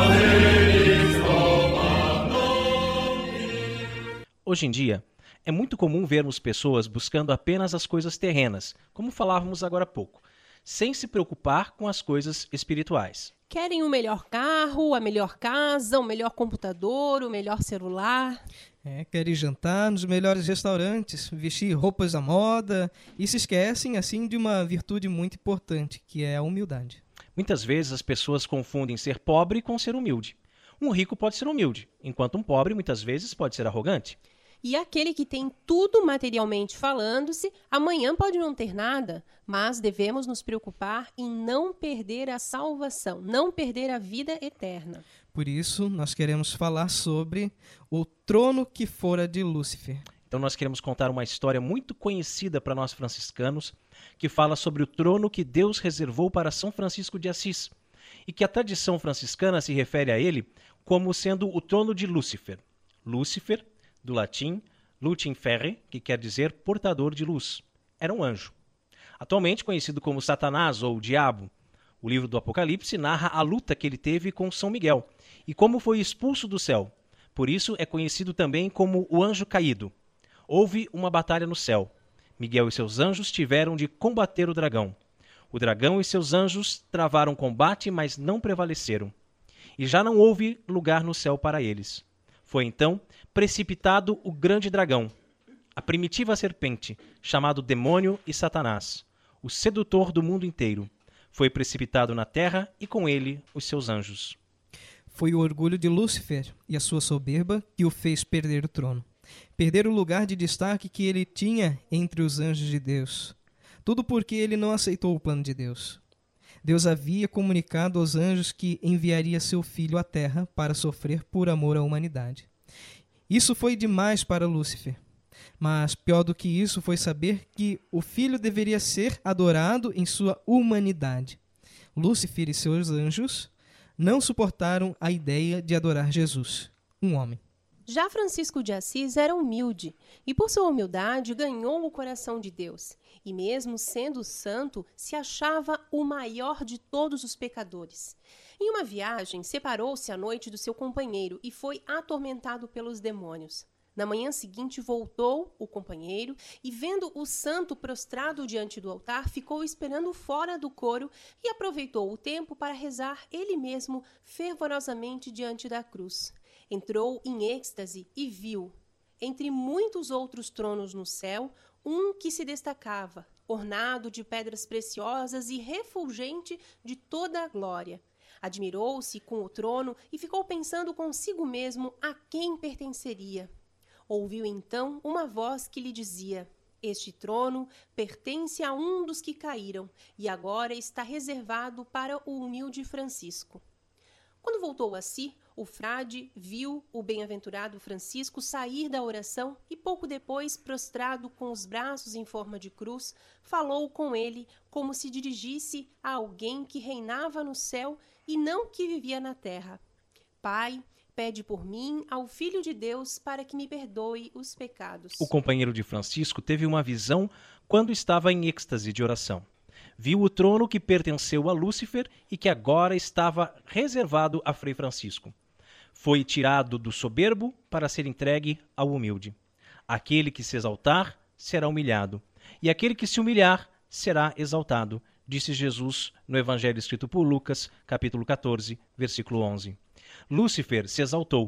Hoje em dia, é muito comum vermos pessoas buscando apenas as coisas terrenas, como falávamos agora há pouco, sem se preocupar com as coisas espirituais. Querem o melhor carro, a melhor casa, o melhor computador, o melhor celular. Querem jantar nos melhores restaurantes, vestir roupas à moda e se esquecem, assim, de uma virtude muito importante, que é a humildade. Muitas vezes as pessoas confundem ser pobre com ser humilde. Um rico pode ser humilde, enquanto um pobre muitas vezes pode ser arrogante. E aquele que tem tudo materialmente falando-se, amanhã pode não ter nada, mas devemos nos preocupar em não perder a salvação, não perder a vida eterna. Por isso, nós queremos falar sobre o trono que fora de Lúcifer. Então nós queremos contar uma história muito conhecida para nós franciscanos, que fala sobre o trono que Deus reservou para São Francisco de Assis, e que a tradição franciscana se refere a ele como sendo o trono de Lúcifer. Lúcifer, do latim lutim ferre, que quer dizer portador de luz. Era um anjo. Atualmente conhecido como Satanás ou Diabo, o livro do Apocalipse narra a luta que ele teve com São Miguel e como foi expulso do céu. Por isso é conhecido também como o anjo caído. Houve uma batalha no céu. Miguel e seus anjos tiveram de combater o dragão. O dragão e seus anjos travaram combate, mas não prevaleceram. E já não houve lugar no céu para eles. Foi então precipitado o grande dragão, a primitiva serpente, chamado Demônio e Satanás, o sedutor do mundo inteiro. Foi precipitado na terra e com ele os seus anjos. Foi o orgulho de Lúcifer e a sua soberba que o fez perder o trono. Perder o lugar de destaque que ele tinha entre os anjos de Deus. Tudo porque ele não aceitou o plano de Deus. Deus havia comunicado aos anjos que enviaria seu filho à terra para sofrer por amor à humanidade. Isso foi demais para Lúcifer. Mas pior do que isso foi saber que o filho deveria ser adorado em sua humanidade. Lúcifer e seus anjos não suportaram a ideia de adorar Jesus, um homem. Já Francisco de Assis era humilde e, por sua humildade, ganhou o coração de Deus. E mesmo sendo santo, se achava o maior de todos os pecadores. Em uma viagem, separou-se à noite do seu companheiro e foi atormentado pelos demônios. Na manhã seguinte, voltou o companheiro e, vendo o santo prostrado diante do altar, ficou esperando fora do coro e aproveitou o tempo para rezar ele mesmo fervorosamente diante da cruz. Entrou em êxtase e viu, entre muitos outros tronos no céu, um que se destacava, ornado de pedras preciosas e refulgente de toda a glória. Admirou-se com o trono e ficou pensando consigo mesmo a quem pertenceria. Ouviu então uma voz que lhe dizia: este trono pertence a um dos que caíram e agora está reservado para o humilde Francisco. Quando voltou a si, o frade viu o bem-aventurado Francisco sair da oração e pouco depois, prostrado com os braços em forma de cruz, falou com ele como se dirigisse a alguém que reinava no céu e não que vivia na terra. Pai, pede por mim ao Filho de Deus para que me perdoe os pecados. O companheiro de Francisco teve uma visão quando estava em êxtase de oração. Viu o trono que pertenceu a Lúcifer e que agora estava reservado a Frei Francisco. Foi tirado do soberbo para ser entregue ao humilde. Aquele que se exaltar será humilhado, e aquele que se humilhar será exaltado, disse Jesus no Evangelho escrito por Lucas, capítulo 14, versículo 11. Lúcifer se exaltou,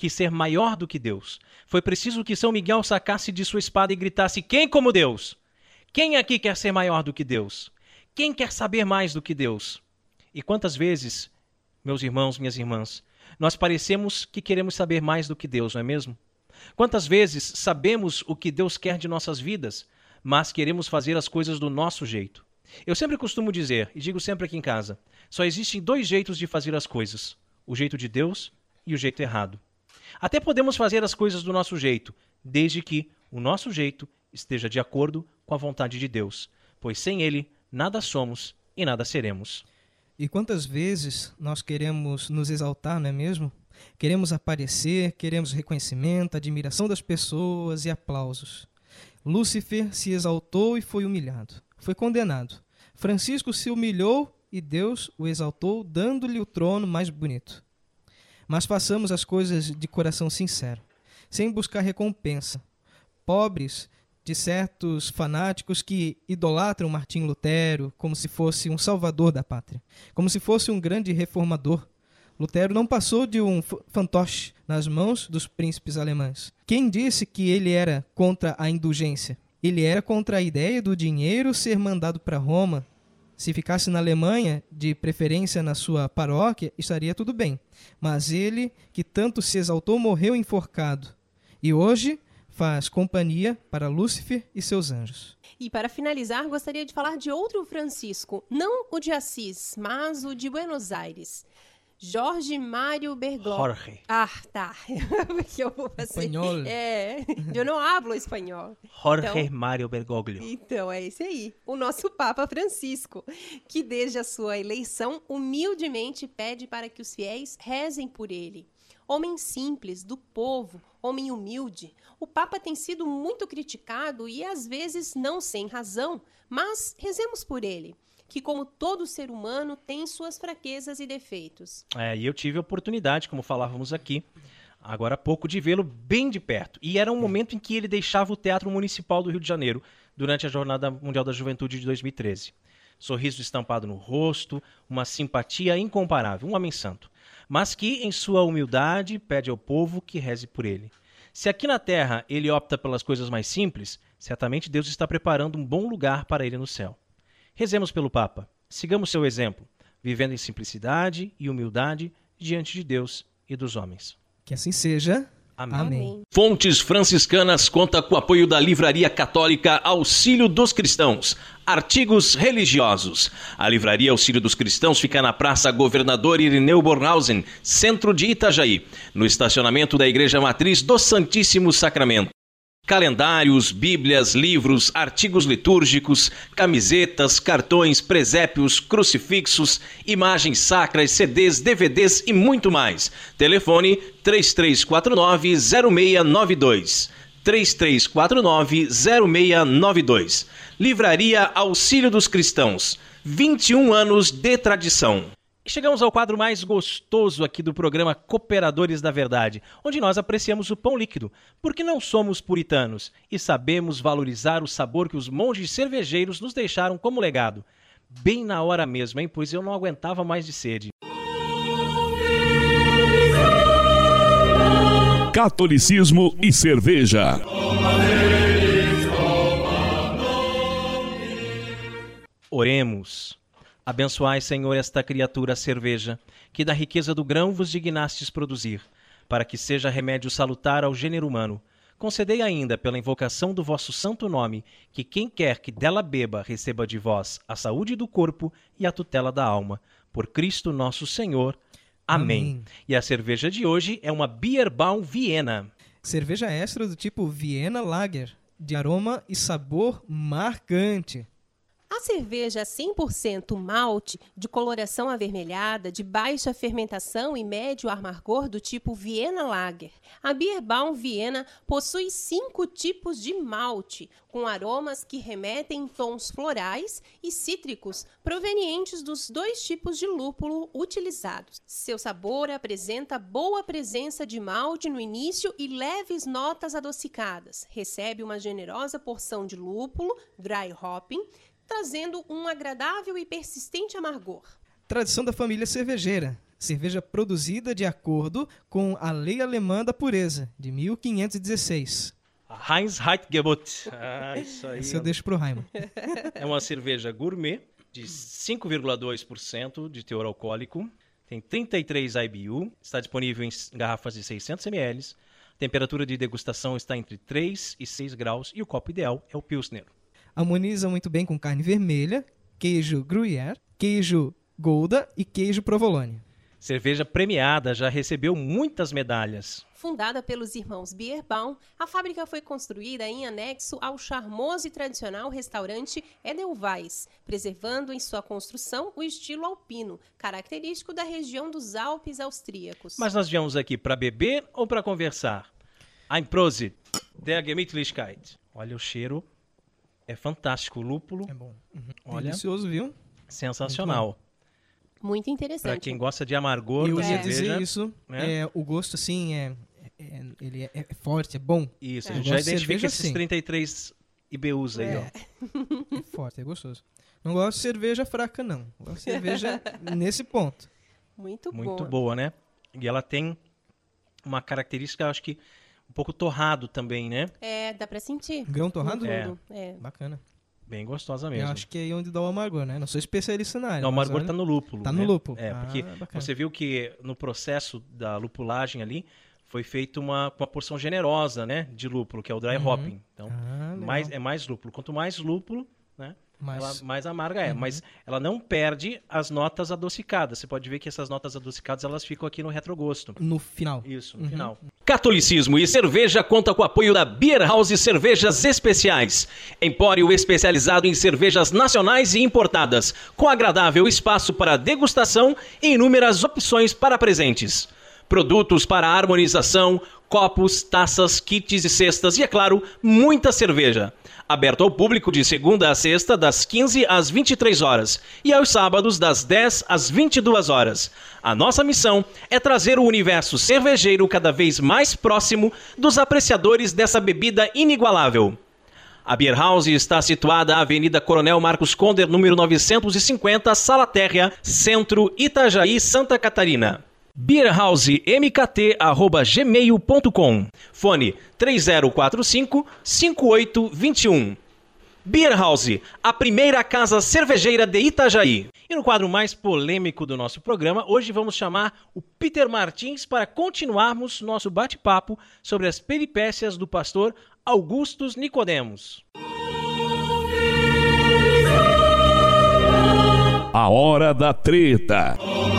quis ser maior do que Deus. Foi preciso que São Miguel sacasse de sua espada e gritasse: quem como Deus? Quem aqui quer ser maior do que Deus? Quem quer saber mais do que Deus? E quantas vezes, meus irmãos, minhas irmãs, nós parecemos que queremos saber mais do que Deus, não é mesmo? Quantas vezes sabemos o que Deus quer de nossas vidas, mas queremos fazer as coisas do nosso jeito? Eu sempre costumo dizer, e digo sempre aqui em casa, só existem 2 jeitos de fazer as coisas: o jeito de Deus e o jeito errado. Até podemos fazer as coisas do nosso jeito, desde que o nosso jeito esteja de acordo com a vontade de Deus, pois sem Ele nada somos e nada seremos. E quantas vezes nós queremos nos exaltar, não é mesmo? Queremos aparecer, queremos reconhecimento, admiração das pessoas e aplausos. Lúcifer se exaltou e foi humilhado, foi condenado. Francisco se humilhou e Deus o exaltou, dando-lhe o trono mais bonito. Mas façamos as coisas de coração sincero, sem buscar recompensa. Pobres de certos fanáticos que idolatram Martim Lutero como se fosse um salvador da pátria, como se fosse um grande reformador. Lutero não passou de um fantoche nas mãos dos príncipes alemães. Quem disse que ele era contra a indulgência? Ele era contra a ideia do dinheiro ser mandado para Roma. Se ficasse na Alemanha, de preferência na sua paróquia, estaria tudo bem. Mas ele, que tanto se exaltou, morreu enforcado. E hoje faz companhia para Lúcifer e seus anjos. E para finalizar, gostaria de falar de outro Francisco, não o de Assis, mas o de Buenos Aires. Jorge Mário Bergoglio. Jorge. Ah, tá. Eu vou fazer. Espanhol. Eu não hablo espanhol. Jorge Mário Bergoglio. Então, é esse aí. O nosso Papa Francisco, que desde a sua eleição, humildemente pede para que os fiéis rezem por ele. Homem simples, do povo, homem humilde. O Papa tem sido muito criticado e, às vezes, não sem razão, mas rezemos por ele, que, como todo ser humano, tem suas fraquezas e defeitos. E eu tive a oportunidade, como falávamos aqui, agora há pouco, de vê-lo bem de perto. E era um momento em que ele deixava o Teatro Municipal do Rio de Janeiro, durante a Jornada Mundial da Juventude de 2013. Sorriso estampado no rosto, uma simpatia incomparável, um homem santo, mas que, em sua humildade, pede ao povo que reze por ele. Se aqui na Terra ele opta pelas coisas mais simples, certamente Deus está preparando um bom lugar para ele no céu. Rezemos pelo Papa, sigamos seu exemplo, vivendo em simplicidade e humildade diante de Deus e dos homens. Que assim seja. Amém. Amém. Fontes Franciscanas conta com o apoio da Livraria Católica Auxílio dos Cristãos. Artigos religiosos. A Livraria Auxílio dos Cristãos fica na Praça Governador Irineu Bornhausen, centro de Itajaí, no estacionamento da Igreja Matriz do Santíssimo Sacramento. Calendários, bíblias, livros, artigos litúrgicos, camisetas, cartões, presépios, crucifixos, imagens sacras, CDs, DVDs e muito mais. Telefone 3349-0692. 3349-0692. Livraria Auxílio dos Cristãos. 21 anos de tradição. E chegamos ao quadro mais gostoso aqui do programa Cooperadores da Verdade, onde nós apreciamos o pão líquido, porque não somos puritanos e sabemos valorizar o sabor que os monges cervejeiros nos deixaram como legado. Bem na hora mesmo, hein? Pois eu não aguentava mais de sede. Catolicismo e cerveja. Oremos. Abençoai, Senhor, esta criatura, a cerveja, que da riqueza do grão vos dignastes produzir, para que seja remédio salutar ao gênero humano. Concedei ainda, pela invocação do vosso santo nome, que quem quer que dela beba receba de vós a saúde do corpo e a tutela da alma. Por Cristo nosso Senhor. Amém. E a cerveja de hoje é uma Bierbaum Viena. Cerveja extra do tipo Viena Lager, de aroma e sabor marcante. A cerveja 100% malte, de coloração avermelhada, de baixa fermentação e médio amargor do tipo Viena Lager. A Bierbaum Viena possui 5 tipos de malte, com aromas que remetem em tons florais e cítricos, provenientes dos 2 tipos de lúpulo utilizados. Seu sabor apresenta boa presença de malte no início e leves notas adocicadas. Recebe uma generosa porção de lúpulo, dry hopping, trazendo um agradável e persistente amargor. Tradição da família cervejeira. cerveja produzida de acordo com a Lei Alemã da Pureza, de 1516. Heinz Heitgebot. Isso aí. Isso eu deixo pro Raimundo. É uma cerveja gourmet de 5,2% de teor alcoólico. Tem 33 IBU. Está disponível em garrafas de 600 ml. A temperatura de degustação está entre 3 e 6 graus. E o copo ideal é o Pilsner. Harmoniza muito bem com carne vermelha, queijo Gruyère, queijo Gouda e queijo Provolone. Cerveja premiada, já recebeu muitas medalhas. Fundada pelos irmãos Bierbaum, a fábrica foi construída em anexo ao charmoso e tradicional restaurante Edelweiss, preservando em sua construção o estilo alpino, característico da região dos Alpes austríacos. Mas nós viemos aqui para beber ou para conversar? Ein Prosit, der Gemütlichkeit. Olha o cheiro, é fantástico, o lúpulo. É bom. Olha, delicioso, viu? sensacional. Muito interessante. Para quem gosta de amargor Eu da ia cerveja, dizer isso. né? O gosto, assim, ele é forte, é bom. Isso, a Eu gente já gosto de identifica cerveja esses assim. 33 IBUs aí, ó. É forte, é gostoso. Não gosto de cerveja fraca, não. Gosto de cerveja nesse ponto. Muito Muito boa. boa, né? E ela tem uma característica, acho que um pouco torrado também, né? É, dá pra sentir. Grão torrado? É. Tudo. É. Bacana. Bem gostosa Eu mesmo. acho que é aí onde dá o amargor, né? Não sou especialista na área. Não, o mas amargor olha, tá no lúpulo. Tá né? no lúpulo. É, porque bacana. você viu que no processo da lupulagem ali foi feita uma porção generosa, né? De lúpulo, que é o dry hopping. Então, legal. é mais lúpulo. Quanto mais lúpulo, né? Mas, Ela mais amarga é, mas ela não perde as notas adocicadas. Você pode ver que essas notas adocicadas elas ficam aqui no retrogosto. no final. Isso, no final. Catolicismo e cerveja conta com o apoio da Beer House Cervejas Especiais. Empório especializado em cervejas nacionais e importadas, com agradável espaço para degustação e inúmeras opções para presentes. Produtos para harmonização, copos, taças, kits e cestas e, é claro, muita cerveja. Aberto ao público de segunda a sexta, das 15 às 23 horas e aos sábados, das 10 às 22 horas. A nossa missão é trazer o universo cervejeiro cada vez mais próximo dos apreciadores dessa bebida inigualável. A Beer House está situada na Avenida Coronel Marcos Conder, número 950, Sala Térrea, Centro, Itajaí, Santa Catarina. beerhousemkt@gmail.com. Fone 3045-5821. Beer House, a primeira casa cervejeira de Itajaí. E no quadro mais polêmico do nosso programa, hoje vamos chamar o Peter Martins para continuarmos nosso bate-papo sobre as peripécias do pastor Augustus Nicodemos. A hora da treta.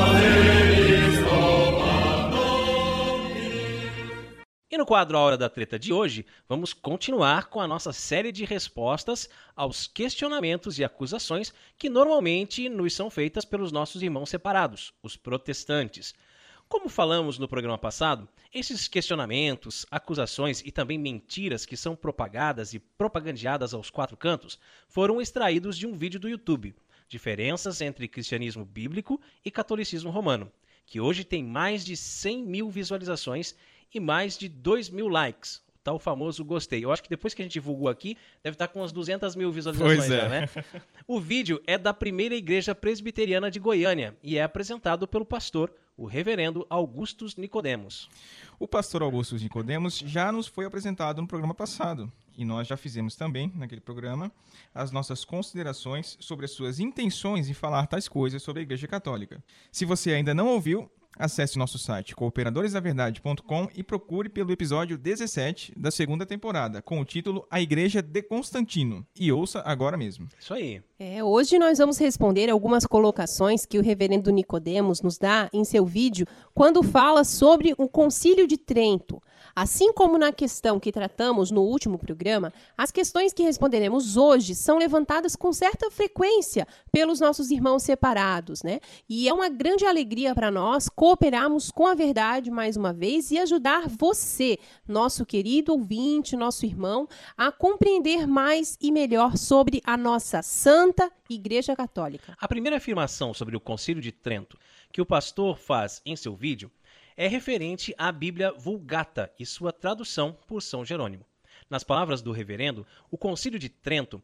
E no quadro A Hora da Treta de hoje, vamos continuar com a nossa série de respostas aos questionamentos e acusações que normalmente nos são feitas pelos nossos irmãos separados, os protestantes. Como falamos no programa passado, esses questionamentos, acusações e também mentiras que são propagadas e propagandeadas aos quatro cantos foram extraídos de um vídeo do YouTube, Diferenças entre Cristianismo Bíblico e Catolicismo Romano, que hoje tem mais de 100 mil visualizações e mais de 2.000 likes, o tal famoso gostei. Eu acho que depois que a gente divulgou aqui, deve estar com umas 200 mil visualizações já, né? O vídeo é da primeira igreja presbiteriana de Goiânia e é apresentado pelo pastor, o reverendo Augustus Nicodemos. O pastor Augustus Nicodemos já nos foi apresentado no programa passado, e nós já fizemos também, naquele programa, as nossas considerações sobre as suas intenções em falar tais coisas sobre a Igreja Católica. Se você ainda não ouviu, acesse nosso site cooperadoresdaverdade.com e procure pelo episódio 17 da segunda temporada, com o título A Igreja de Constantino, e ouça agora mesmo. Isso aí. Hoje nós vamos responder algumas colocações que o reverendo Nicodemos nos dá em seu vídeo quando fala sobre o Concílio de Trento. Assim como na questão que tratamos no último programa, as questões que responderemos hoje são levantadas com certa frequência pelos nossos irmãos separados, né? E é uma grande alegria para nós cooperarmos com a verdade mais uma vez e ajudar você, nosso querido ouvinte, nosso irmão, a compreender mais e melhor sobre a nossa Santa Igreja Católica. A primeira afirmação sobre o Concílio de Trento que o pastor faz em seu vídeo é referente à Bíblia Vulgata e sua tradução por São Jerônimo. Nas palavras do reverendo, o Concílio de Trento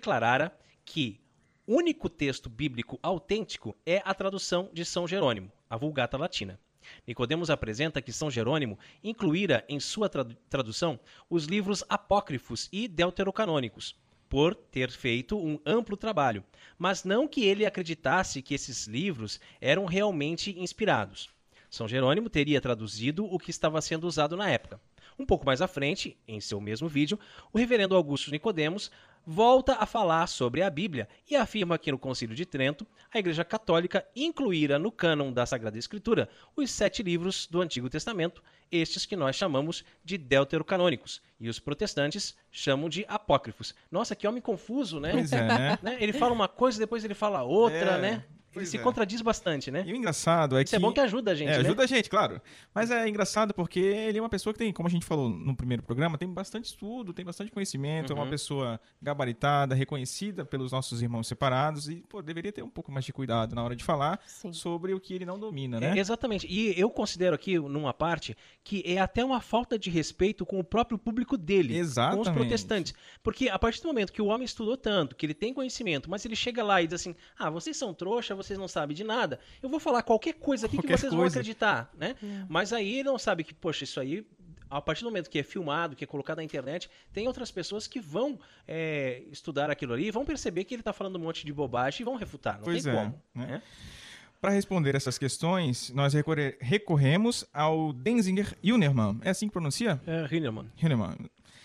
declarara que o único texto bíblico autêntico é a tradução de São Jerônimo, a Vulgata Latina. Nicodemos apresenta que São Jerônimo incluíra em sua tradução os livros apócrifos e deuterocanônicos, por ter feito um amplo trabalho, mas não que ele acreditasse que esses livros eram realmente inspirados. São Jerônimo teria traduzido o que estava sendo usado na época. Um pouco mais à frente, em seu mesmo vídeo, o reverendo Augusto Nicodemos volta a falar sobre a Bíblia e afirma que no Concílio de Trento, a Igreja Católica incluíra no cânon da Sagrada Escritura os 7 livros do Antigo Testamento, estes que nós chamamos de deuterocanônicos, e os protestantes chamam de apócrifos. Nossa, que homem confuso, né? Pois é, né? Ele fala uma coisa, depois ele fala outra, né? Ele se contradiz bastante, né? E o engraçado é Isso que... é bom que ajuda a gente, né? Ajuda a gente, claro. Mas é engraçado porque ele é uma pessoa que tem, como a gente falou no primeiro programa, tem bastante estudo, tem bastante conhecimento, é uma pessoa gabaritada, reconhecida pelos nossos irmãos separados e, deveria ter um pouco mais de cuidado na hora de falar sobre o que ele não domina, né? Exatamente. E eu considero aqui, numa parte, que é até uma falta de respeito com o próprio público dele, Exatamente. com os protestantes. Porque a partir do momento que o homem estudou tanto, que ele tem conhecimento, mas ele chega lá e diz assim, vocês são trouxa, vocês não sabem de nada, eu vou falar qualquer coisa aqui que vocês vão acreditar, né? Mas aí ele não sabe que, poxa, isso aí, a partir do momento que é filmado, que é colocado na internet, tem outras pessoas que vão estudar aquilo ali e vão perceber que ele está falando um monte de bobagem e vão refutar, não tem como. Né? Para responder essas questões, nós recorremos ao Denzinger Hühnermann. É assim que pronuncia? Hühnermann.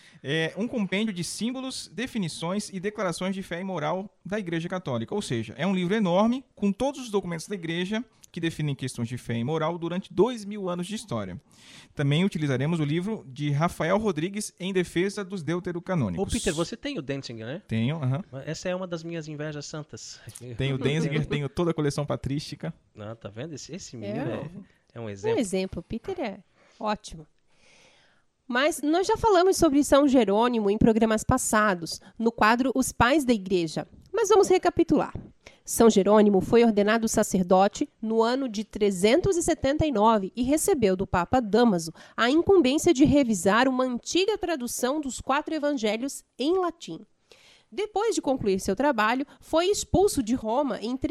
É um compêndio de símbolos, definições e declarações de fé e moral da Igreja Católica. Ou seja, é um livro enorme com todos os documentos da Igreja que definem questões de fé e moral durante 2000 anos de história. Também utilizaremos o livro de Rafael Rodrigues em defesa dos deuterocanônicos. Ô Peter, você tem o Denzinger, né? Tenho, Essa é uma das minhas invejas santas. Tenho o Denzinger, tenho toda a coleção patrística. Tá vendo? Esse menino é um exemplo. Um exemplo. Peter é ótimo. Mas nós já falamos sobre São Jerônimo em programas passados, no quadro Os Pais da Igreja. Mas vamos recapitular. São Jerônimo foi ordenado sacerdote no ano de 379 e recebeu do Papa Dámaso a incumbência de revisar uma antiga tradução dos 4 evangelhos em latim. Depois de concluir seu trabalho, foi expulso de Roma em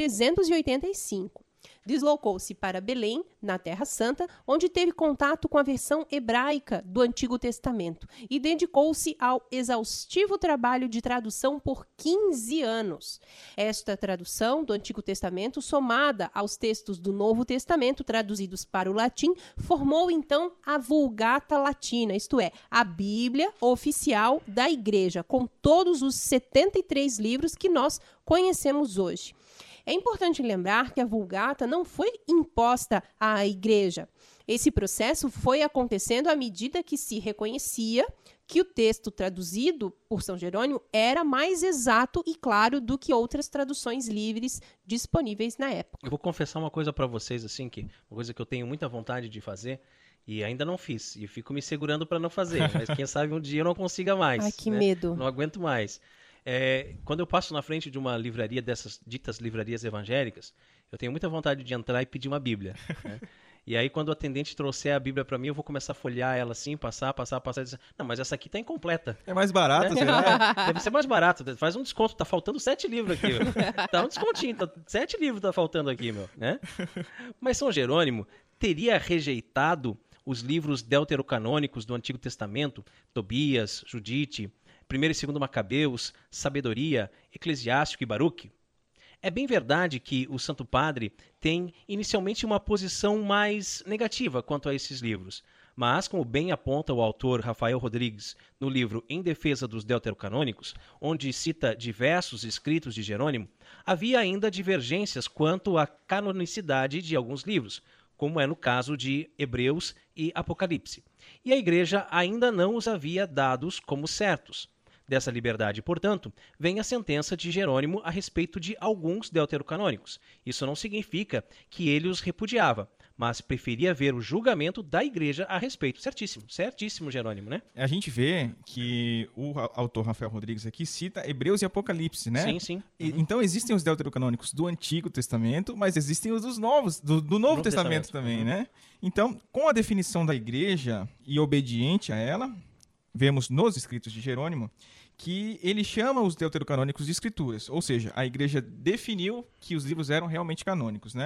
385. Deslocou-se para Belém, na Terra Santa, onde teve contato com a versão hebraica do Antigo Testamento e dedicou-se ao exaustivo trabalho de tradução por 15 anos. Esta tradução do Antigo Testamento, somada aos textos do Novo Testamento traduzidos para o latim, formou então a Vulgata Latina, isto é, a Bíblia oficial da Igreja, com todos os 73 livros que nós conhecemos hoje. É importante lembrar que a Vulgata não foi imposta à Igreja. Esse processo foi acontecendo à medida que se reconhecia que o texto traduzido por São Jerônimo era mais exato e claro do que outras traduções livres disponíveis na época. Eu vou confessar uma coisa para vocês, assim, que uma coisa que eu tenho muita vontade de fazer e ainda não fiz. E fico me segurando para não fazer, mas quem sabe um dia eu não consiga mais. Ai, que medo. Não aguento mais. Quando eu passo na frente de uma livraria dessas ditas livrarias evangélicas, eu tenho muita vontade de entrar e pedir uma Bíblia. Né? E aí, quando o atendente trouxer a Bíblia para mim, eu vou começar a folhear ela assim, passar e dizer, não, mas essa aqui tá incompleta. É mais barato, será? Deve ser mais barato, faz um desconto, tá faltando 7 livros aqui. Tá um descontinho, 7 livros tá faltando aqui, meu. Né? Mas São Jerônimo teria rejeitado os livros deuterocanônicos do Antigo Testamento, Tobias, Judite, 1º e 2º Macabeus, Sabedoria, Eclesiástico e Baruque? É bem verdade que o Santo Padre tem inicialmente uma posição mais negativa quanto a esses livros, mas, como bem aponta o autor Rafael Rodrigues no livro Em Defesa dos Deuterocanônicos, onde cita diversos escritos de Jerônimo, havia ainda divergências quanto à canonicidade de alguns livros, como é no caso de Hebreus e Apocalipse, e a Igreja ainda não os havia dados como certos. Dessa liberdade, portanto, vem a sentença de Jerônimo a respeito de alguns deuterocanônicos. Isso não significa que ele os repudiava, mas preferia ver o julgamento da Igreja a respeito. Certíssimo, Jerônimo, né? A gente vê que o autor Rafael Rodrigues aqui cita Hebreus e Apocalipse, né? Sim. Então existem os deuterocanônicos do Antigo Testamento, mas existem os dos novos, do Novo Testamento também, né? Então, com a definição da Igreja e obediente a ela, vemos nos escritos de Jerônimo que ele chama os deuterocanônicos de escrituras, ou seja, a Igreja definiu que os livros eram realmente canônicos, né?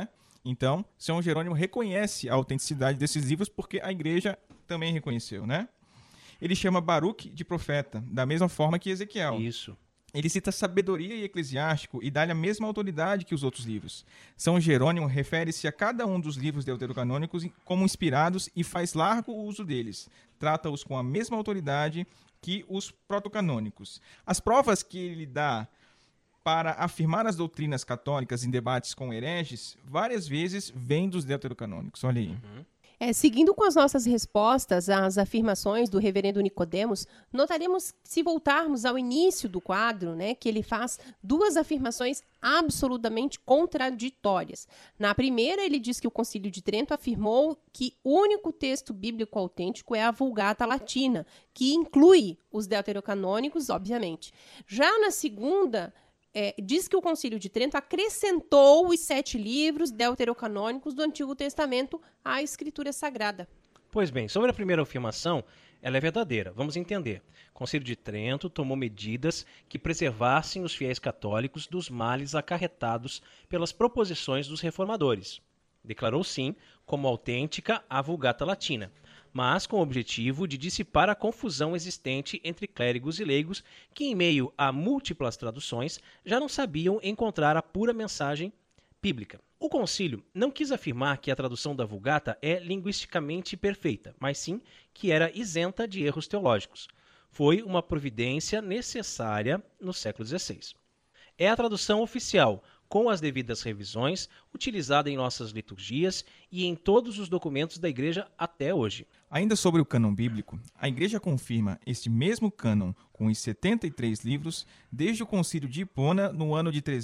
Então, São Jerônimo reconhece a autenticidade desses livros porque a igreja também reconheceu, né? Ele chama Baruque de profeta, da mesma forma que Ezequiel. Isso. Ele cita sabedoria e eclesiástico e dá-lhe a mesma autoridade que os outros livros. São Jerônimo refere-se a cada um dos livros deuterocanônicos como inspirados e faz largo uso deles. Trata-os com a mesma autoridade que os protocanônicos. As provas que ele dá para afirmar as doutrinas católicas em debates com hereges, várias vezes vêm dos deuterocanônicos. Olha aí. Seguindo com as nossas respostas às afirmações do reverendo Nicodemos, notaremos que, se voltarmos ao início do quadro, né, que ele faz duas afirmações absolutamente contraditórias. Na primeira, ele diz que o Concílio de Trento afirmou que o único texto bíblico autêntico é a Vulgata Latina, que inclui os deuterocanônicos, obviamente. Já na segunda, diz que o Concílio de Trento acrescentou os 7 livros deuterocanônicos do Antigo Testamento à Escritura Sagrada. Pois bem, sobre a primeira afirmação, ela é verdadeira. Vamos entender. O Concílio de Trento tomou medidas que preservassem os fiéis católicos dos males acarretados pelas proposições dos reformadores. Declarou, sim, como autêntica a Vulgata Latina, mas com o objetivo de dissipar a confusão existente entre clérigos e leigos que, em meio a múltiplas traduções, já não sabiam encontrar a pura mensagem bíblica. O concílio não quis afirmar que a tradução da Vulgata é linguisticamente perfeita, mas sim que era isenta de erros teológicos. Foi uma providência necessária no século XVI. É a tradução oficial, com as devidas revisões, utilizada em nossas liturgias e em todos os documentos da Igreja até hoje. Ainda sobre o cânon bíblico, a Igreja confirma este mesmo cânon com os 73 livros desde o Concílio de Hipona no ano de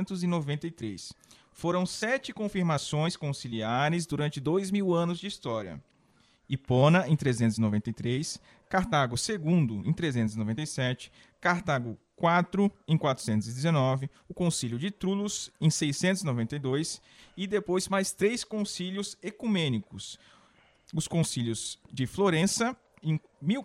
393. Foram 7 confirmações conciliares durante 2000 anos de história. Hipona, em 393, Cartago II, em 397, Cartago IV, em 419, o Concílio de Trullos, em 692, e depois mais 3 concílios ecumênicos. Os concílios de Florença, em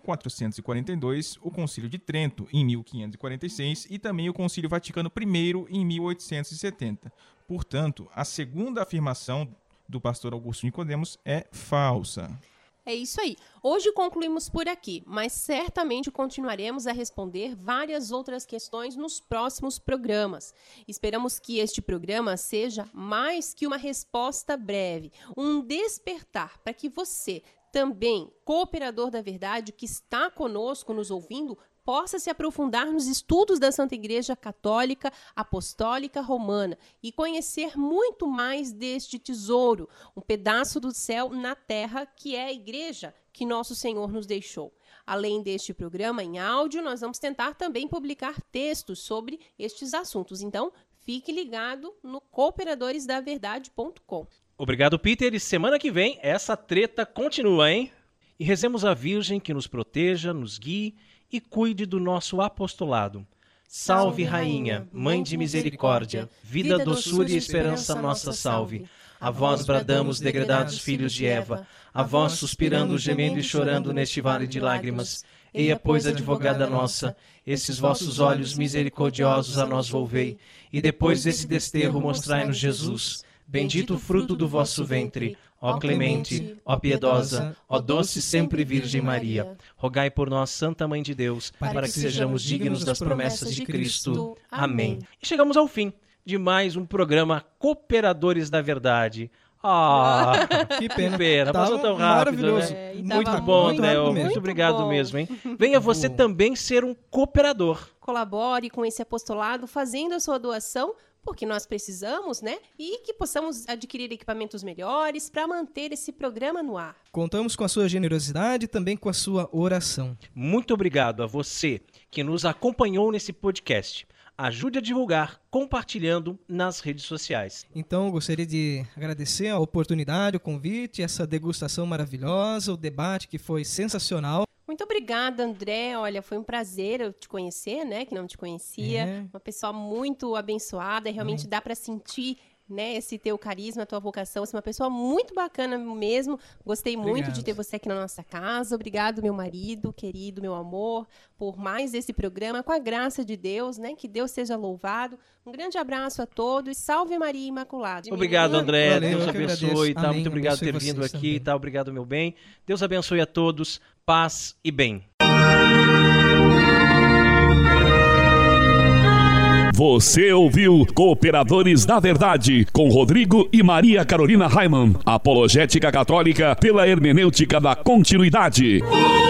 1442, o Concílio de Trento, em 1546, e também o Concílio Vaticano I, em 1870. Portanto, a segunda afirmação do pastor Augusto Nicodemos é falsa. É isso aí. Hoje concluímos por aqui, mas certamente continuaremos a responder várias outras questões nos próximos programas. Esperamos que este programa seja mais que uma resposta breve, um despertar para que você, também cooperador da verdade, que está conosco nos ouvindo, possa se aprofundar nos estudos da Santa Igreja Católica Apostólica Romana e conhecer muito mais deste tesouro, um pedaço do céu na terra, que é a Igreja que Nosso Senhor nos deixou. Além deste programa em áudio, nós vamos tentar também publicar textos sobre estes assuntos. Então, fique ligado no cooperadoresdaverdade.com. Obrigado, Peter. E semana que vem essa treta continua, hein? E rezemos a Virgem que nos proteja, nos guie e cuide do nosso apostolado. Salve, Rainha, Mãe de Misericórdia, vida, doçura e esperança nossa salve. A vós bradamos, degredados filhos de Eva, a vós suspirando, gemendo e chorando neste vale de lágrimas. Eia, pois, advogada nossa, esses vossos olhos misericordiosos a nós volvei, e depois desse desterro mostrai-nos Jesus. Bendito o fruto do vosso ventre, ó clemente, ó piedosa, ó doce sempre Virgem Maria. Rogai por nós, Santa Mãe de Deus, para que sejamos dignos das promessas de Cristo. Amém. E chegamos ao fim de mais um programa Cooperadores da Verdade. Ah, que pena. Passou tão rápido, né? Muito bom, né? Muito obrigado mesmo, hein? Venha você também ser um cooperador. Colabore com esse apostolado fazendo a sua doação, porque nós precisamos, né? E que possamos adquirir equipamentos melhores para manter esse programa no ar. Contamos com a sua generosidade e também com a sua oração. Muito obrigado a você que nos acompanhou nesse podcast. Ajude a divulgar compartilhando nas redes sociais. Então, eu gostaria de agradecer a oportunidade, o convite, essa degustação maravilhosa, o debate que foi sensacional. Muito obrigada, André. Olha, foi um prazer eu te conhecer, né? Que não te conhecia. Uma pessoa muito abençoada. E realmente dá para sentir né, esse teu carisma, a tua vocação. Você é uma pessoa muito bacana mesmo. Gostei muito de ter você aqui na nossa casa. Obrigado, meu marido, querido, meu amor, por mais esse programa, com a graça de Deus, né? Que Deus seja louvado. Um grande abraço a todos. Salve Maria Imaculada. Obrigado, André. Valeu, Deus abençoe. Tá? Muito obrigado por ter Abençoe vindo vocês aqui. também. Tá? Obrigado, meu bem. Deus abençoe a todos. Paz e bem. Você ouviu Cooperadores da Verdade, com Rodrigo e Maria Carolina Raimann. Apologética católica pela hermenêutica da continuidade.